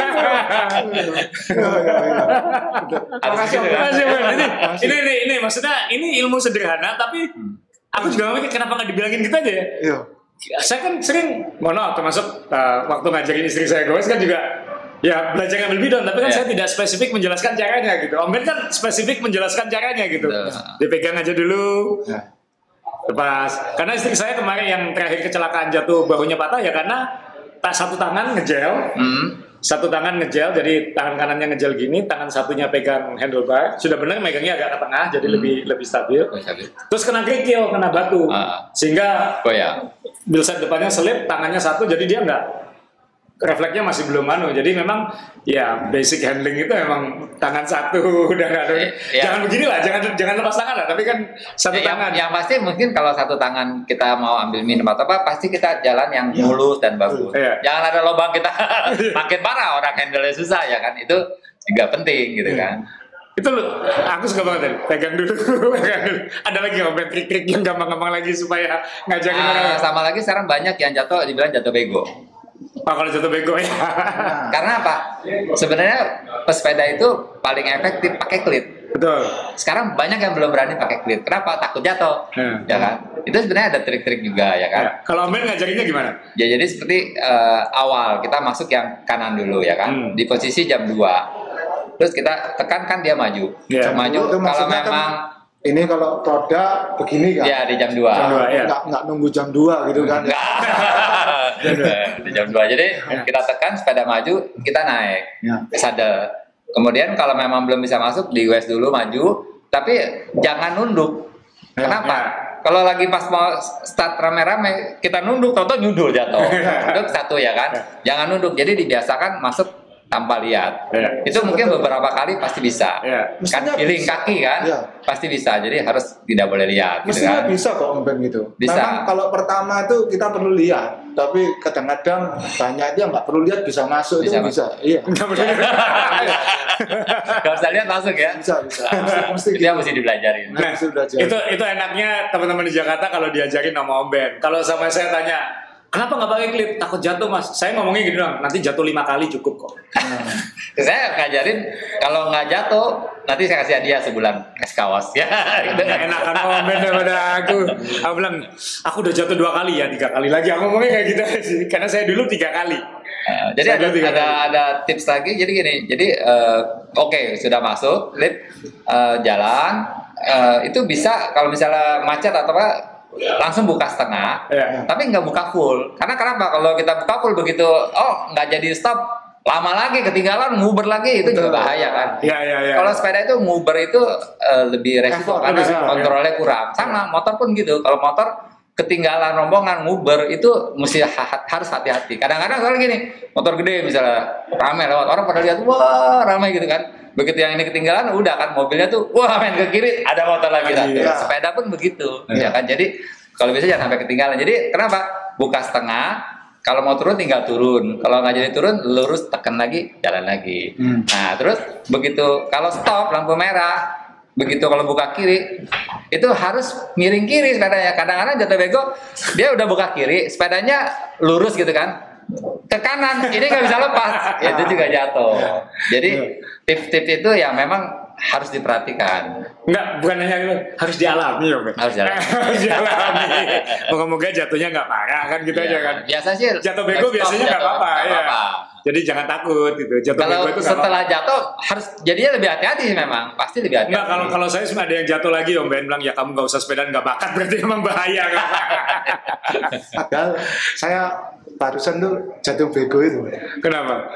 Ini maksudnya ini ilmu sederhana, tapi aku juga nggak mikir kenapa nggak dibilangin gitu aja ya. Iya. Saya kan sering, termasuk waktu ngajarin istri saya goes kan juga ya belajar ngambil bidon, tapi kan saya tidak spesifik menjelaskan caranya gitu. Om Ben kan spesifik menjelaskan caranya gitu. Dipegang aja dulu. Lepas. Karena istri saya kemarin yang terakhir kecelakaan jatuh bahunya patah ya karena satu tangan ngejel. Satu tangan ngejel, jadi tangan kanannya ngejel gini, tangan satunya pegang handlebar. Sudah benar megangnya agak ke tengah, jadi lebih stabil. Terus kena kerikil, kena batu, sehingga bilset depannya selip, tangannya satu, jadi dia refleksnya masih belum jadi memang ya basic handling itu memang tangan satu udah nggak ada. Jangan beginilah, jangan lepas tangan lah, tapi kan satu tangan. Yang pasti mungkin kalau satu tangan kita mau ambil minum atau apa, pasti kita jalan yang mulus dan bagus. Jangan ada lubang kita makin parah, orang handle susah ya kan, itu juga penting gitu kan. Itu aku suka banget tadi, pegang dulu. Ada lagi nggak trik-trik yang gampang-gampang lagi supaya ngajakin orang. Sama lagi sekarang banyak yang dibilang jatuh bego. Kalau jatuh bego ya. Karena apa? Sebenarnya pesepeda itu paling efektif pakai klit. Betul. Sekarang banyak yang belum berani pakai klit. Kenapa? Takut jatuh. Ya kan? Itu sebenarnya ada trik-trik juga ya kan. Kalau Om Ben ngajarinnya gimana? Ya jadi seperti awal kita masuk yang kanan dulu ya kan. Di posisi jam 2. Terus kita tekankan dia maju. Maju kalau memang ini kalau roda begini kan? Ya di jam 2. Nggak nunggu jam 2 gitu kan? Di jam 2. Jadi kita tekan sepeda maju, kita naik saddle. Kemudian kalau memang belum bisa masuk, di US dulu maju, tapi jangan nunduk. Kenapa? Kalau lagi pas mau start rame-rame, kita nunduk, tonton nyundul jatuh. Itu satu ya kan? Jangan nunduk. Jadi dibiasakan masuk tanpa lihat. Itu mungkin beberapa kali pasti bisa. Kan feeling kaki kan? Pasti bisa. Jadi harus tidak boleh lihat. Mestinya gitu kan? bisa kok Om Ben gitu. Bisa. Memang kalau pertama itu kita perlu lihat, tapi kadang-kadang banyak aja nggak perlu lihat bisa masuk itu bisa. Iya. Nggak perlu lihat. Gak usah lihat masuk ya. Bisa. Mesti dia mesti dipelajarin. Nah, itu enaknya teman-teman di Jakarta kalau diajarin sama Om Ben. Kalau sama saya tanya, kenapa nggak pakai klip? Takut jatuh mas. Saya ngomongnya gini dong, nanti jatuh 5 kali cukup kok. Saya ngajarin kalau nggak jatuh, nanti saya kasih hadiah sebulan es kawas ya. Enakan Om Ben daripada aku. Aku bilang, aku udah jatuh 2 kali ya, 3 kali lagi. Aku ngomongnya kayak gitu sih, karena saya dulu 3 kali. Jadi ada tips lagi. Jadi gini, oke, sudah masuk, klip jalan, itu bisa kalau misalnya macet atau apa. Langsung buka setengah, tapi nggak buka full. Karena kenapa? Kalau kita buka full begitu, nggak jadi stop, lama lagi ketinggalan, nguber lagi, itu juga bahaya kan. Kalau sepeda itu nguber itu lebih resiko karena kontrolnya kurang. Sama motor pun gitu. Kalau motor ketinggalan rombongan nguber itu harus hati-hati. Kadang-kadang soalnya gini, motor gede misalnya ramai lewat, orang pada lihat wah ramai gitu kan. Begitu yang ini ketinggalan, udah kan mobilnya tuh, wah main ke kiri, ada motor lagi. Sepeda pun begitu, ya kan. Jadi kalau bisa jangan sampai ketinggalan. Jadi kenapa? Buka setengah, kalau mau turun tinggal turun. Kalau nggak jadi turun, lurus tekan lagi, jalan lagi. Nah terus begitu kalau stop lampu merah, begitu kalau buka kiri, itu harus miring kiri sepedanya. Kadang-kadang jatuh bego, dia udah buka kiri, sepedanya lurus gitu kan. Ke kanan, ini nggak bisa lepas, itu juga jatuh. Jadi tips-tips itu ya memang harus diperhatikan. Bukan hanya itu, harus dialami ya, harus dialami. Moga-moga jatuhnya nggak parah kan gitu aja kan. Biasa sih jatuh bego biasanya nggak apa-apa ya. Jadi jangan takut gitu. Jatuh kalau bego itu setelah jatuh harus jadinya lebih hati-hati sih memang, pasti lebih hati-hati. Kalau saya cuma ada yang jatuh lagi, Om Ben bilang ya kamu nggak usah sepedaan, nggak bakat, berarti emang bahaya kan. Padahal saya barusan tuh jatuh bego itu. Kenapa?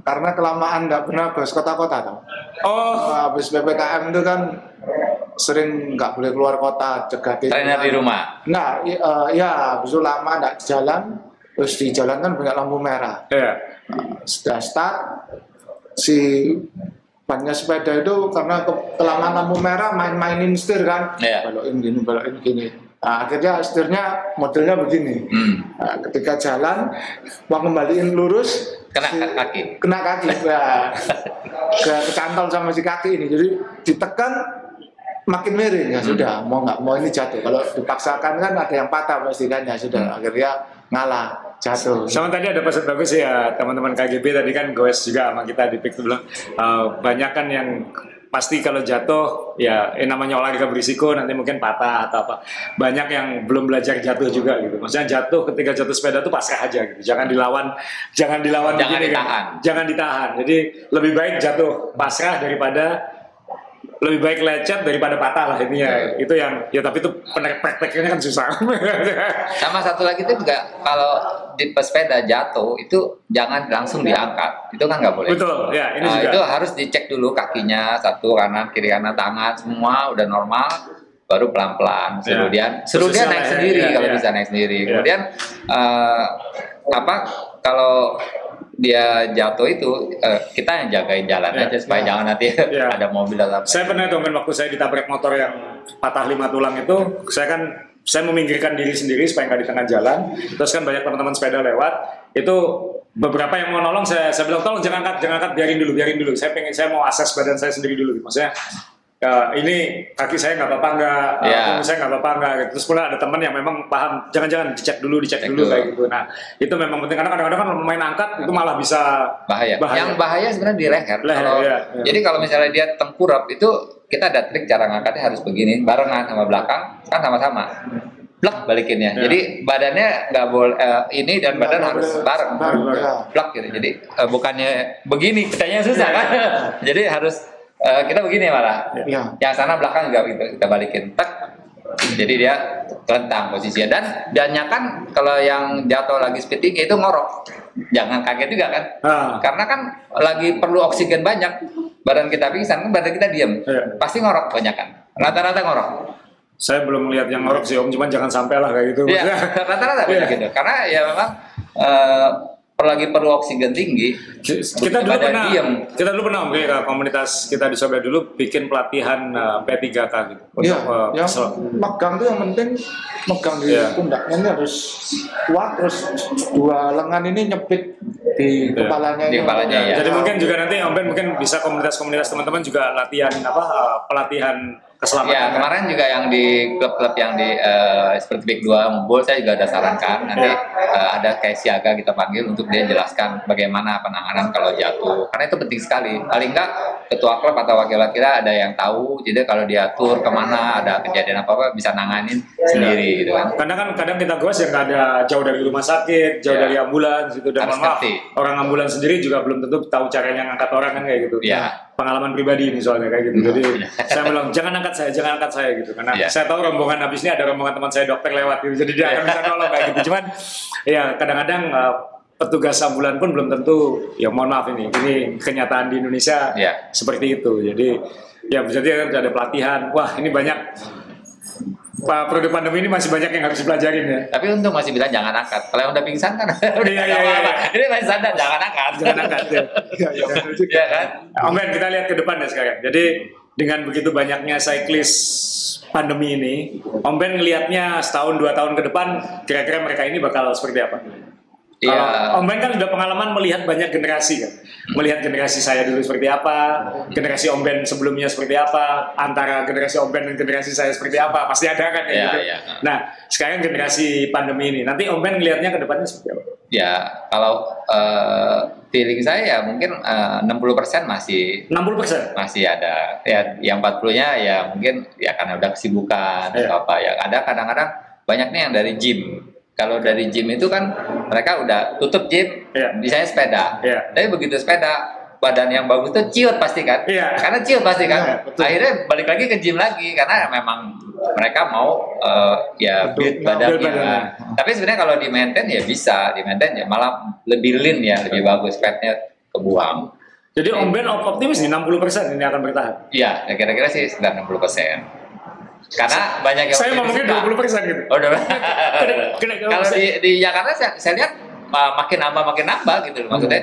karena kelamaan nggak pernah bos kota-kota tau. Oh, Habis PPKM itu kan sering nggak boleh keluar kota, cegah Trainer di rumah. Nah, ya habis itu lama nggak jalan, terus di jalan kan banyak lampu merah. iya. Sudah start, si bannya sepeda itu karena kelamaan lampu merah main-mainin setir kan, Iya. belokin gini. Nah, akhirnya setirnya modelnya begini. Nah, ketika jalan mau kembaliin lurus, Kena kaki. kena kaki, nah, kecantol sama si kaki ini. Jadi ditekan makin miring ya sudah, mau nggak mau ini jatuh. Kalau dipaksakan kan ada yang patah pasti kan, ya sudah akhirnya ngalah jatuh. Sama tadi ada pesan bagus ya teman-teman KGB tadi kan goes juga sama kita di Pik tuh bilang banyak kan yang pasti kalau jatuh ya namanya olahraga berisiko nanti mungkin patah atau apa. Banyak yang belum belajar jatuh juga gitu. Maksudnya jatuh ketika jatuh sepeda tuh pasrah aja gitu. Jangan dilawan Jangan begini ditahan. kan. Jangan ditahan. Jadi lebih baik jatuh pasrah daripada lebih baik lecet daripada patah lah intinya. Itu yang ya tapi itu prakteknya kan susah. Sama satu lagi itu juga kalau di pesepeda jatuh itu jangan langsung diangkat, itu kan nggak boleh. Betul, ya ini juga. Itu harus dicek dulu kakinya satu kanan kiri kanan tangan semua udah normal, baru pelan-pelan. Suruh dia naik sendiri kalau bisa naik sendiri. Kemudian kalau dia jatuh itu kita yang jagain jalan aja supaya jangan nanti ada mobil atau apa. Saya pernah tuh waktu saya ditabrak motor yang patah 5 tulang itu, saya meminggirkan diri sendiri supaya nggak di tengah jalan. Terus kan banyak teman-teman sepeda lewat, itu beberapa yang mau nolong saya bilang tolong jangan angkat, biarin dulu. Saya mau akses badan saya sendiri dulu. Maksudnya ini kaki saya nggak apa-apa punggung saya nggak apa-apa nggak gitu. Terus pula ada teman yang memang paham jangan dicek dulu kayak gitu. Nah itu memang penting karena kadang-kadang kan main angkat itu malah bisa bahaya. Yang bahaya sebenarnya di leher. Jadi kalau misalnya dia tengkurap itu kita ada trik cara ngangkatnya harus begini barengan sama belakang kan sama-sama. Plak balikinnya. Jadi badannya nggak boleh ini dan badan harus bareng. Plak gitu. Jadi bukannya begini katanya susah kan. Jadi harus kita begini malah. Yang sana belakang juga gitu kita balikin. Tak. Jadi dia telentang posisinya dan kan kalau yang jatuh lagi speed tinggi itu ngorok. Jangan kaget juga kan. Karena kan lagi perlu oksigen banyak. Badan kita pingsan kan badan kita diam. Pasti ngorok banyak kan. Rata-rata ngorok. Saya belum melihat yang ngorok sih Om, cuman jangan sampai lah kayak gitu. Iya, rata-rata begitu. Karena ya memang lagi perlu oksigen tinggi. Kita dulu pernah Om, kayak komunitas kita di Surabaya dulu bikin pelatihan P3K gitu. Iya, yang megang tuh yang penting megang di pundaknya ini harus kuat, terus dua lengan ini nyepit di kepalanya. Di kepalanya ya. Jadi mungkin juga nanti Om Ben mungkin bisa komunitas teman-teman juga latihan pelatihan keselamatan. Ya, kemarin juga yang di klub-klub yang di seperti Big 2 ngumpul saya juga ada sarankan nanti ada kayak siaga kita panggil untuk dia jelaskan bagaimana penanganan kalau jatuh. Karena itu penting sekali. Paling enggak ketua klub atau wakil kita ada yang tahu, jadi kalau dia tur kemana ada kejadian apa-apa bisa nanganin sendiri gitu kan. Karena kan kadang kita goes yang nggak ada jauh dari rumah sakit, jauh dari ambulans gitu dan maaf orang ambulans sendiri juga belum tentu tahu caranya ngangkat orang kan kayak gitu. Pengalaman pribadi ini soalnya kayak gitu. Jadi saya bilang jangan angkat saya gitu karena saya tahu rombongan habis ini ada rombongan teman saya dokter lewat gitu. Jadi dia akan bisa nolong kayak gitu. Cuman ya kadang-kadang petugas ambulan pun belum tentu ya mohon maaf ini kenyataan di Indonesia seperti itu. Jadi ya jadi ada pelatihan. Wah, ini banyak produk pandemi ini masih banyak yang harus dipelajarin ya. Tapi untung masih bilang jangan angkat. Kalau yang udah pingsan kan udah ini masih sadar jangan angkat. Iya kan? Om Ben, kita lihat ke depan ya sekarang. Jadi dengan begitu banyaknya cyclist pandemi ini, Om Ben ngelihatnya setahun 2 tahun ke depan kira-kira mereka ini bakal seperti apa? Om Ben kan sudah pengalaman melihat banyak generasi kan, melihat generasi saya dulu seperti apa, generasi Om Ben sebelumnya seperti apa, antara generasi Om Ben dan generasi saya seperti apa, pasti ada kan ya gitu. Nah, sekarang generasi pandemi ini, nanti Om Ben ngelihatnya ke depannya seperti apa? Ya, kalau feeling saya ya mungkin 60% masih 60% masih ada. Ya, yang 40-nya ya mungkin ya karena udah kesibukan atau apa ya. Ada kadang-kadang banyaknya yang dari gym. Kalau dari gym itu kan mereka udah tutup gym, misalnya sepeda. Tapi begitu sepeda, badan yang bagus tuh ciut pasti kan? Karena ciut pasti kan? Akhirnya balik lagi ke gym lagi karena memang mereka mau build badannya. Tapi sebenarnya kalau di maintain ya bisa, di maintain ya malah lebih lean ya, lebih bagus fatnya kebuang. Jadi Om Ben optimis nih 60% ini akan bertahan. Iya, ya kira-kira sih sekitar 60%. Karena banyak yang Saya ngomongnya 20% gitu. Oh, udah. Kena Kalau di Jakarta saya lihat makin nambah gitu loh. Maksudnya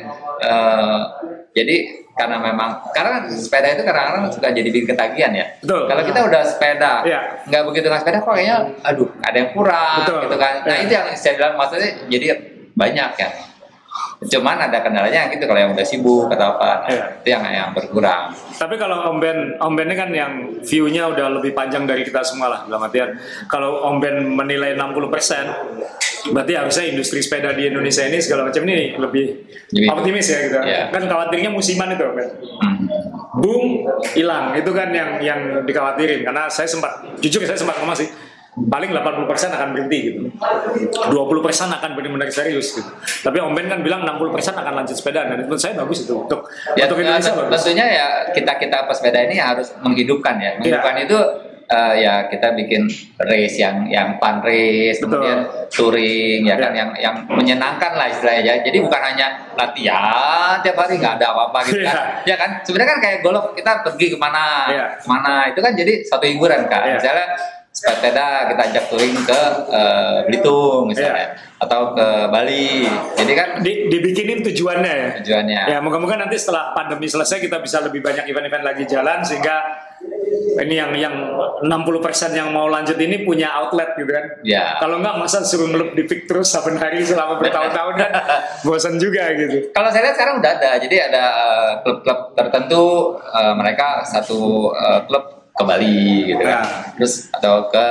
jadi karena sepeda itu kadang-kadang suka jadi bikin ketagihan ya. Betul. Kalau kita udah sepeda, Iya. nggak begitu naik sepeda kok kayaknya aduh ada yang kurang. Betul. Gitu kan. Nah, Iya. itu yang saya bilang maksudnya jadi banyak ya. Cuman ada kendalanya gitu kalau yang udah sibuk atau apa, Iya. itu yang berkurang. Tapi kalau Om Ben ini kan yang view-nya udah lebih panjang dari kita semua lah. Dalam artian kalau Om Ben menilai 60%, berarti harusnya industri sepeda di Indonesia ini segala macam ini lebih optimis ya gitu. Iya. Kan khawatirnya musiman itu, Om Ben. Boom, hilang. Itu kan yang dikhawatirin. Karena jujur saya sempat ngomong sih, paling 80% akan berhenti gitu. 20% akan benar-benar serius gitu. Tapi Om Ben kan bilang 60% akan lanjut sepeda, dan menurut saya bagus itu untuk Indonesia bagus. Tentunya ya kita pesepeda ini harus menghidupkan ya. Menghidupkan itu ya kita bikin race yang fun race, Betul. kemudian touring ya kan yang menyenangkan lah istilahnya. Jadi bukan hanya latihan tiap hari nggak ada apa-apa gitu kan. Ya kan sebenarnya kan kayak golf, kita pergi kemana itu kan jadi satu hiburan kan. Misalnya sepeda kita ajak touring ke Belitung misalnya atau ke Bali. Jadi kan dibikinin tujuannya ya. Tujuannya. Ya moga-moga nanti setelah pandemi selesai kita bisa lebih banyak event-event lagi jalan, sehingga ini yang 60% yang mau lanjut ini punya outlet gitu kan. Ya. Kalau nggak masa suruh ngelep di pick terus saben hari selama bertahun-tahun kan bosan juga gitu. Kalau saya lihat sekarang udah ada. Jadi ada klub-klub tertentu, mereka satu klub ke Bali gitu kan. Terus atau ke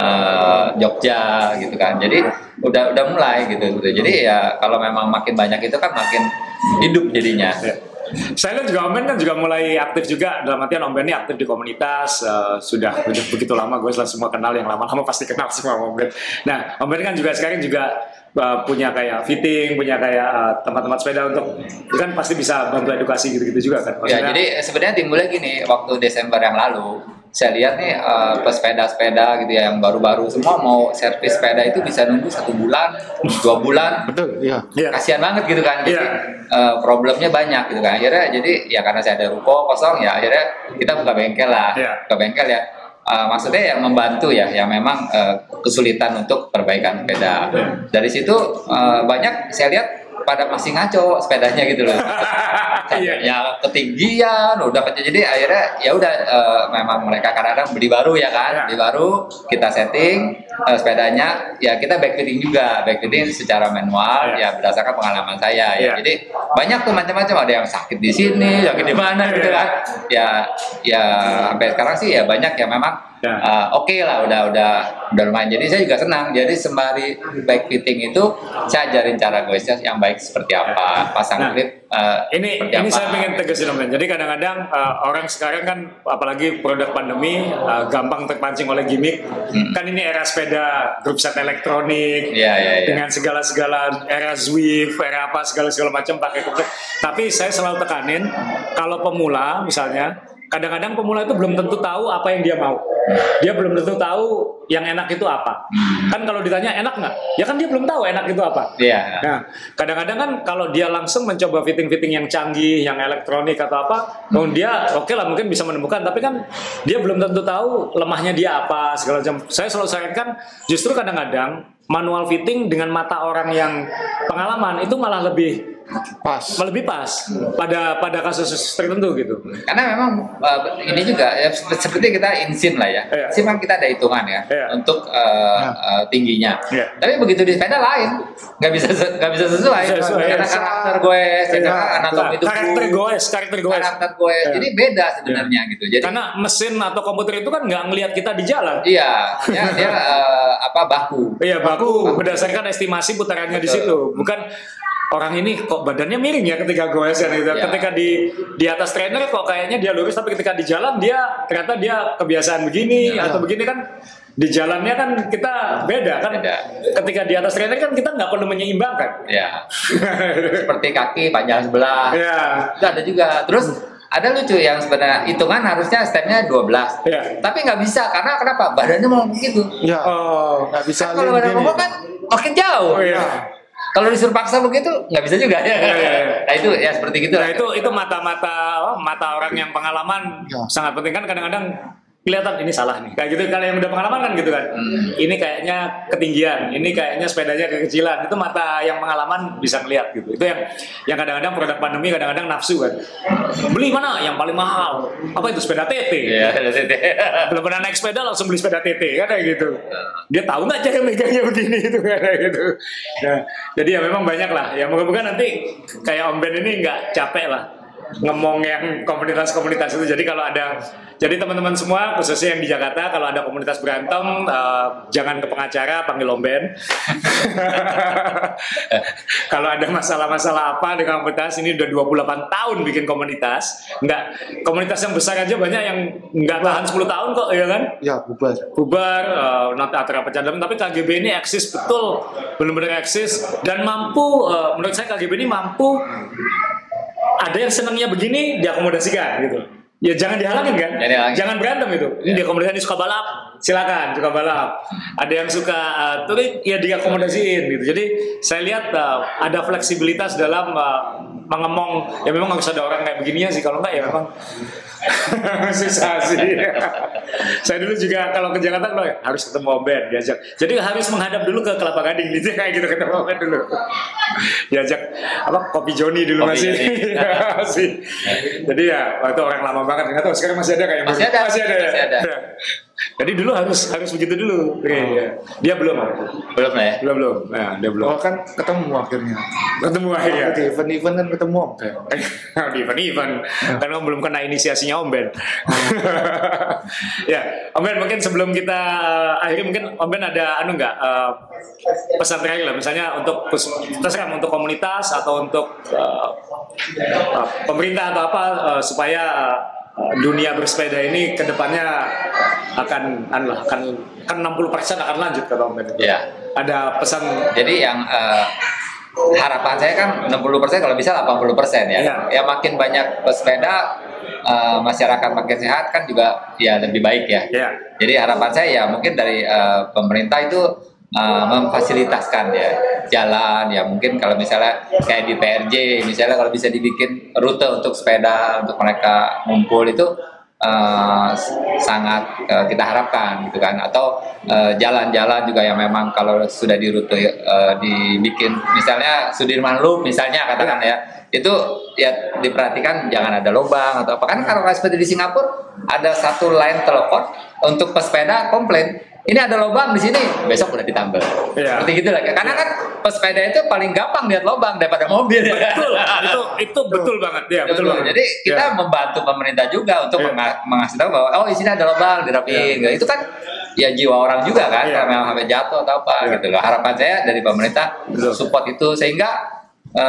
Jogja gitu kan. Jadi udah mulai gitu. Jadi ya kalau memang makin banyak itu kan makin hidup jadinya. Saya lihat juga Om Ben kan juga mulai aktif juga, dalam artian Om Ben ini aktif di komunitas, sudah begitu lama, gue semua kenal, yang lama-lama pasti kenal semua Om Ben. Nah Om Ben kan juga sekarang juga punya kayak fitting, punya kayak tempat-tempat sepeda untuk, kan pasti bisa bantu edukasi gitu-gitu juga kan. Ya jadi sebenarnya timbulnya gini, waktu Desember yang lalu saya lihat nih pesepeda-sepeda gitu ya yang baru-baru semua mau servis sepeda itu bisa nunggu 1 bulan, 2 bulan. Betul, iya. Kasihan banget gitu kan. Jadi problemnya banyak gitu kan. Akhirnya jadi ya karena saya ada ruko kosong ya akhirnya kita buka bengkel lah. Buka bengkel ya. Maksudnya yang membantu ya yang memang kesulitan untuk perbaikan sepeda. Dari situ banyak saya lihat pada masih ngaco sepedanya gitu loh. Ya ketinggian udah kecil, jadi akhirnya ya udah memang mereka kadang-kadang beli baru ya kan, beli baru kita setting sepedanya ya kita backfitting juga, backfitting secara manual ya berdasarkan pengalaman saya ya. Jadi banyak tuh macam-macam, ada yang sakit di sini, sakit di mana gitu kan. Ya sampai sekarang sih ya banyak yang memang oke lah, udah lumayan. Jadi saya juga senang. Jadi sembari back fitting itu saya ajarin cara goesnya yang baik seperti apa, pasang clip. Ini saya pengen tegasin Om Ben. Jadi kadang-kadang orang sekarang kan apalagi produk pandemi gampang terpancing oleh gimmick. Kan ini era sepeda grup set elektronik dengan segala era Zwift, era apa segala macam pakai grup set. Tapi saya selalu tekanin kalau pemula misalnya, kadang-kadang pemula itu belum tentu tahu apa yang dia mau. Dia belum tentu tahu yang enak itu apa. Kan kalau ditanya enak nggak? Ya kan dia belum tahu enak itu apa. Nah, kadang-kadang kan kalau dia langsung mencoba fitting-fitting yang canggih, yang elektronik atau apa, dia oke lah mungkin bisa menemukan. Tapi kan dia belum tentu tahu lemahnya dia apa, segala macam. Saya selalu sarankan justru kadang-kadang manual fitting dengan mata orang yang pengalaman itu malah lebih pas pada kasus tertentu gitu. Karena memang ini juga ya, seperti kita insin lah ya. Insin kan kita ada hitungan ya untuk tingginya. Tapi begitu di sepeda lain, nggak bisa sesuai. Karena karakter goes, anatomi tubuh, karakter goes. Jadi beda sebenarnya gitu. Jadi karena mesin atau komputer itu kan nggak ngelihat kita di jalan. Iya, dia baku. Iya baku berdasarkan estimasi putarannya di situ, bukan orang ini kok badannya miring ya ketika goes kan gitu. Ketika di atas trainer kok kayaknya dia lurus, tapi ketika di jalan dia ternyata dia kebiasaan begini atau begini kan. Di jalannya kan kita beda kan. Ketika di atas trainer kan kita nggak perlu menyeimbangkan. Seperti kaki panjang sebelah. Itu ada juga. Terus ada lucu yang sebenarnya hitungan harusnya stepnya 12. Tapi nggak bisa karena kenapa? Badannya mau begitu. Nggak bisa. Kalau badan mau kan makin jauh. Kalau disuruh paksa begitu nggak bisa juga ya. Nah itu ya seperti gitu. Nah itu mata orang yang pengalaman sangat penting kan kadang-kadang kelihatan ini salah nih kayak gitu kalau yang udah pengalaman kan gitu kan ini kayaknya ketinggian ini kayaknya sepedanya kekecilan itu mata yang pengalaman bisa ngeliat gitu itu yang kadang-kadang produk pandemi kadang-kadang nafsu kan beli mana yang paling mahal apa itu sepeda TT belum pernah naik sepeda langsung beli sepeda TT kan kayak gitu dia tahu nggak cara megangnya begini itu kayak gitu nah, jadi ya memang banyak lah ya moga-moga nanti kayak Om Ben ini nggak capek lah ngomong yang komunitas-komunitas itu. Jadi kalau ada, jadi teman-teman semua khususnya yang di Jakarta kalau ada komunitas berantem jangan ke pengacara, panggil Om Ben. Kalau ada masalah-masalah apa dengan komunitas ini udah 28 tahun bikin komunitas, komunitas yang besar aja banyak yang nggak tahan 10 tahun kok, ya kan? Ya Bubar, nanti antara pecah dalam. Tapi KGB ini eksis betul, benar-benar eksis dan mampu. Menurut saya KGB ini mampu. Ada yang senangnya begini diakomodasikan gitu. Ya jangan dihalangin kan, jangan berantem itu. Ini diakomodasikan suka balap, silakan suka balap. Ada yang suka turis ya diakomodasiin gitu. Jadi saya lihat ada fleksibilitas dalam mengemong. Ya memang harus ada orang kayak begininya sih. Kalau enggak ya memang susah sih. Saya dulu juga kalau ke Jakarta harus ketemu Om Ben diajak. Jadi harus menghadap dulu ke Kelapa Gading gitu kayak gitu ketemu Om Ben dulu. Diajak kopi Joni dulu masih. Jadi ya waktu orang lama banget nggak tahu sekarang masih ada kayak masih ada. Jadi dulu harus begitu dulu. Dia belum ya? Belum. Nah, dia belum. Oh kan ketemu akhirnya. Di event-event kan ketemu Om Ben. Di event. Karena belum kena inisiasinya Om Ben. Ya, Om Ben mungkin sebelum kita akhiri mungkin Om Ben ada pesan terakhir lah misalnya untuk terserah untuk komunitas atau untuk pemerintah atau apa supaya dunia bersepeda ini kedepannya akan 60% akan lanjut kata Om Ben. Ya. Ada pesan. Jadi yang harapan saya kan 60% kalau bisa 80% ya. Ya makin banyak pesepeda masyarakat makin sehat kan juga ya lebih baik ya. Jadi harapan saya ya mungkin dari pemerintah itu memfasilitasikan ya jalan ya mungkin kalau misalnya kayak di PRJ misalnya kalau bisa dibikin rute untuk sepeda untuk mereka ngumpul itu sangat kita harapkan gitu kan atau jalan-jalan juga yang memang kalau sudah di rute dibikin misalnya Sudirman Loop misalnya katakan ya itu ya diperhatikan jangan ada lubang atau apa kan kalau sepeda di Singapura ada satu line telepon untuk pesepeda komplain ini ada lubang di sini, besok udah ditambal. Seperti gitu lah. Karena kan pesepeda itu paling gampang lihat lubang daripada mobil. Betul, itu betul banget ya. Betul banget. Jadi kita membantu pemerintah juga untuk mengasih tahu bahwa di sini ada lubang dirapiin. Itu kan ya jiwa orang juga kan, karena sampai jatuh atau apa gitu loh. Harapan saya dari pemerintah support itu sehingga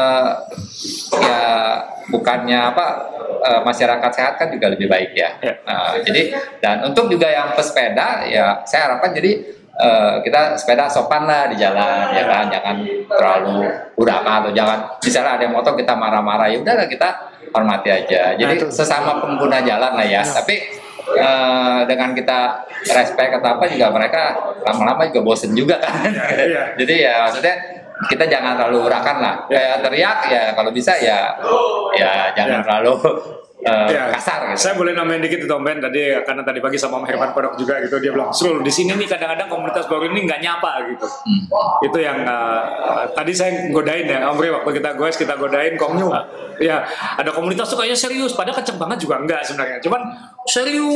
ya bukannya masyarakat sehat kan juga lebih baik ya. Jadi dan untuk juga yang pesepeda ya saya harapkan jadi kita sepeda sopan lah di jalan ya kan jangan terlalu urakan atau jangan misalnya ada yang motor kita marah-marah ya udahlah kita hormati aja. Jadi sesama pengguna jalan lah ya. Tapi dengan kita respect atau apa juga mereka lama-lama juga bosen juga kan. Jadi ya maksudnya kita jangan terlalu urakan lah. Kayak teriak ya kalau bisa ya jangan terlalu kasar gitu. Saya boleh nambahin dikit itu Om Ben tadi karena tadi pagi sama Om Herman Kodok juga gitu dia bilang Sul di sini nih kadang-kadang komunitas baru ini nggak nyapa gitu. Itu yang tadi saya godain ya Om Bre waktu kita godain Komnyu. Ya ada komunitas tuh kayaknya serius padahal kenceng banget juga enggak sebenarnya. Cuman serius.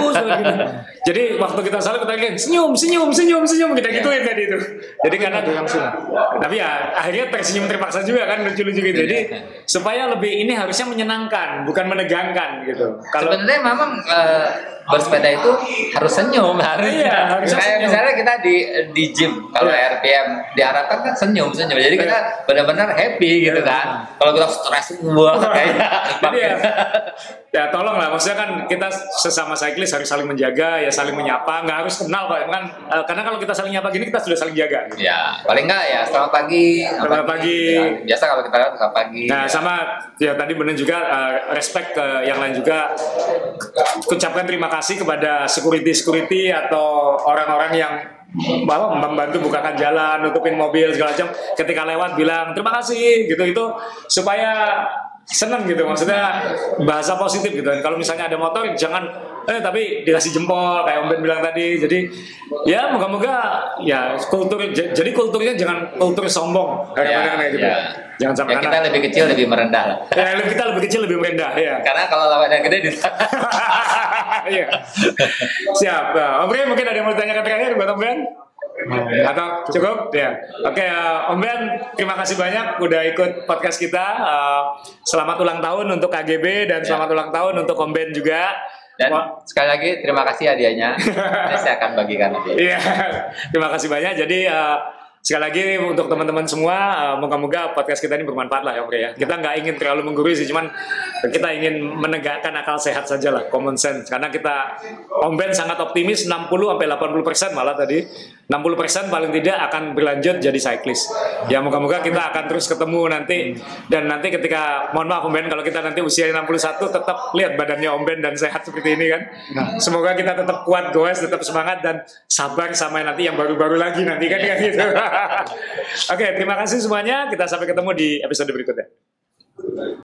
Jadi waktu kita salah kita bilang senyum kita gituin tadi itu. Jadi karena tapi ya akhirnya tersenyum terpaksa juga kan lucu-lucu gitu. Jadi supaya lebih ini harusnya menyenangkan bukan menegangkan gitu. Kalau sebenarnya memang bersepeda itu harus senyum harusnya. Kayak misalnya kita di gym kalau RPM diharapkan kan senyum. Jadi kita benar-benar happy gitu kan. Kalau kita stres kayaknya. Ya tolong lah, maksudnya kan kita sesama cyclist harus saling menjaga, ya saling menyapa, nggak harus kenal kok, kan? Karena kalau kita saling nyapa gini kita sudah saling jaga. Gitu. Ya paling nggak ya selamat pagi. Ya, biasa kalau kita lihat selamat pagi. Nah sama ya tadi benar juga respect ke yang lain juga, ucapkan terima kasih kepada security atau orang-orang yang membantu bukakan jalan, nutupin mobil segala macam. Ketika lewat bilang terima kasih gitu, itu supaya seneng gitu, maksudnya bahasa positif gitu. Kalau misalnya ada motor jangan tapi dikasih jempol kayak Om Ben bilang tadi. Jadi ya moga-moga ya jadi kulturnya jangan kultur sombong kadang-kadang kayak gitu. Jangan sampai kita lebih kecil lebih merendah lah. Ya, kita lebih kecil lebih merendah ya. Karena kalau lawan yang gede di Iya. Siap. Om Ben mungkin ada yang mau ditanyakan terakhir buat Om Ben? Atau cukup? Ya. Oke, Om Ben, terima kasih banyak udah ikut podcast kita. Selamat ulang tahun untuk KGB dan selamat ulang tahun untuk Om Ben juga. Dan sekali lagi terima kasih hadiahnya. Saya akan bagikan nanti. Iya. Terima kasih banyak. Jadi sekali lagi untuk teman-teman semua, moga-moga podcast kita ini bermanfaat lah ya, Om ya. Kita nggak ingin terlalu menggurui sih, cuman kita ingin menegakkan akal sehat saja lah, common sense. Karena kita, Om Ben sangat optimis 60-80% malah tadi. 60% paling tidak akan berlanjut jadi cyclist. Ya moga-moga kita akan terus ketemu nanti. Dan nanti ketika, mohon maaf Om Ben, kalau kita nanti usia 61 tetap lihat badannya Om Ben dan sehat seperti ini kan. Semoga kita tetap kuat, goes, tetap semangat dan sabar sama nanti yang baru-baru lagi nanti kan gitu. Oke, terima kasih semuanya. Kita sampai ketemu di episode berikutnya.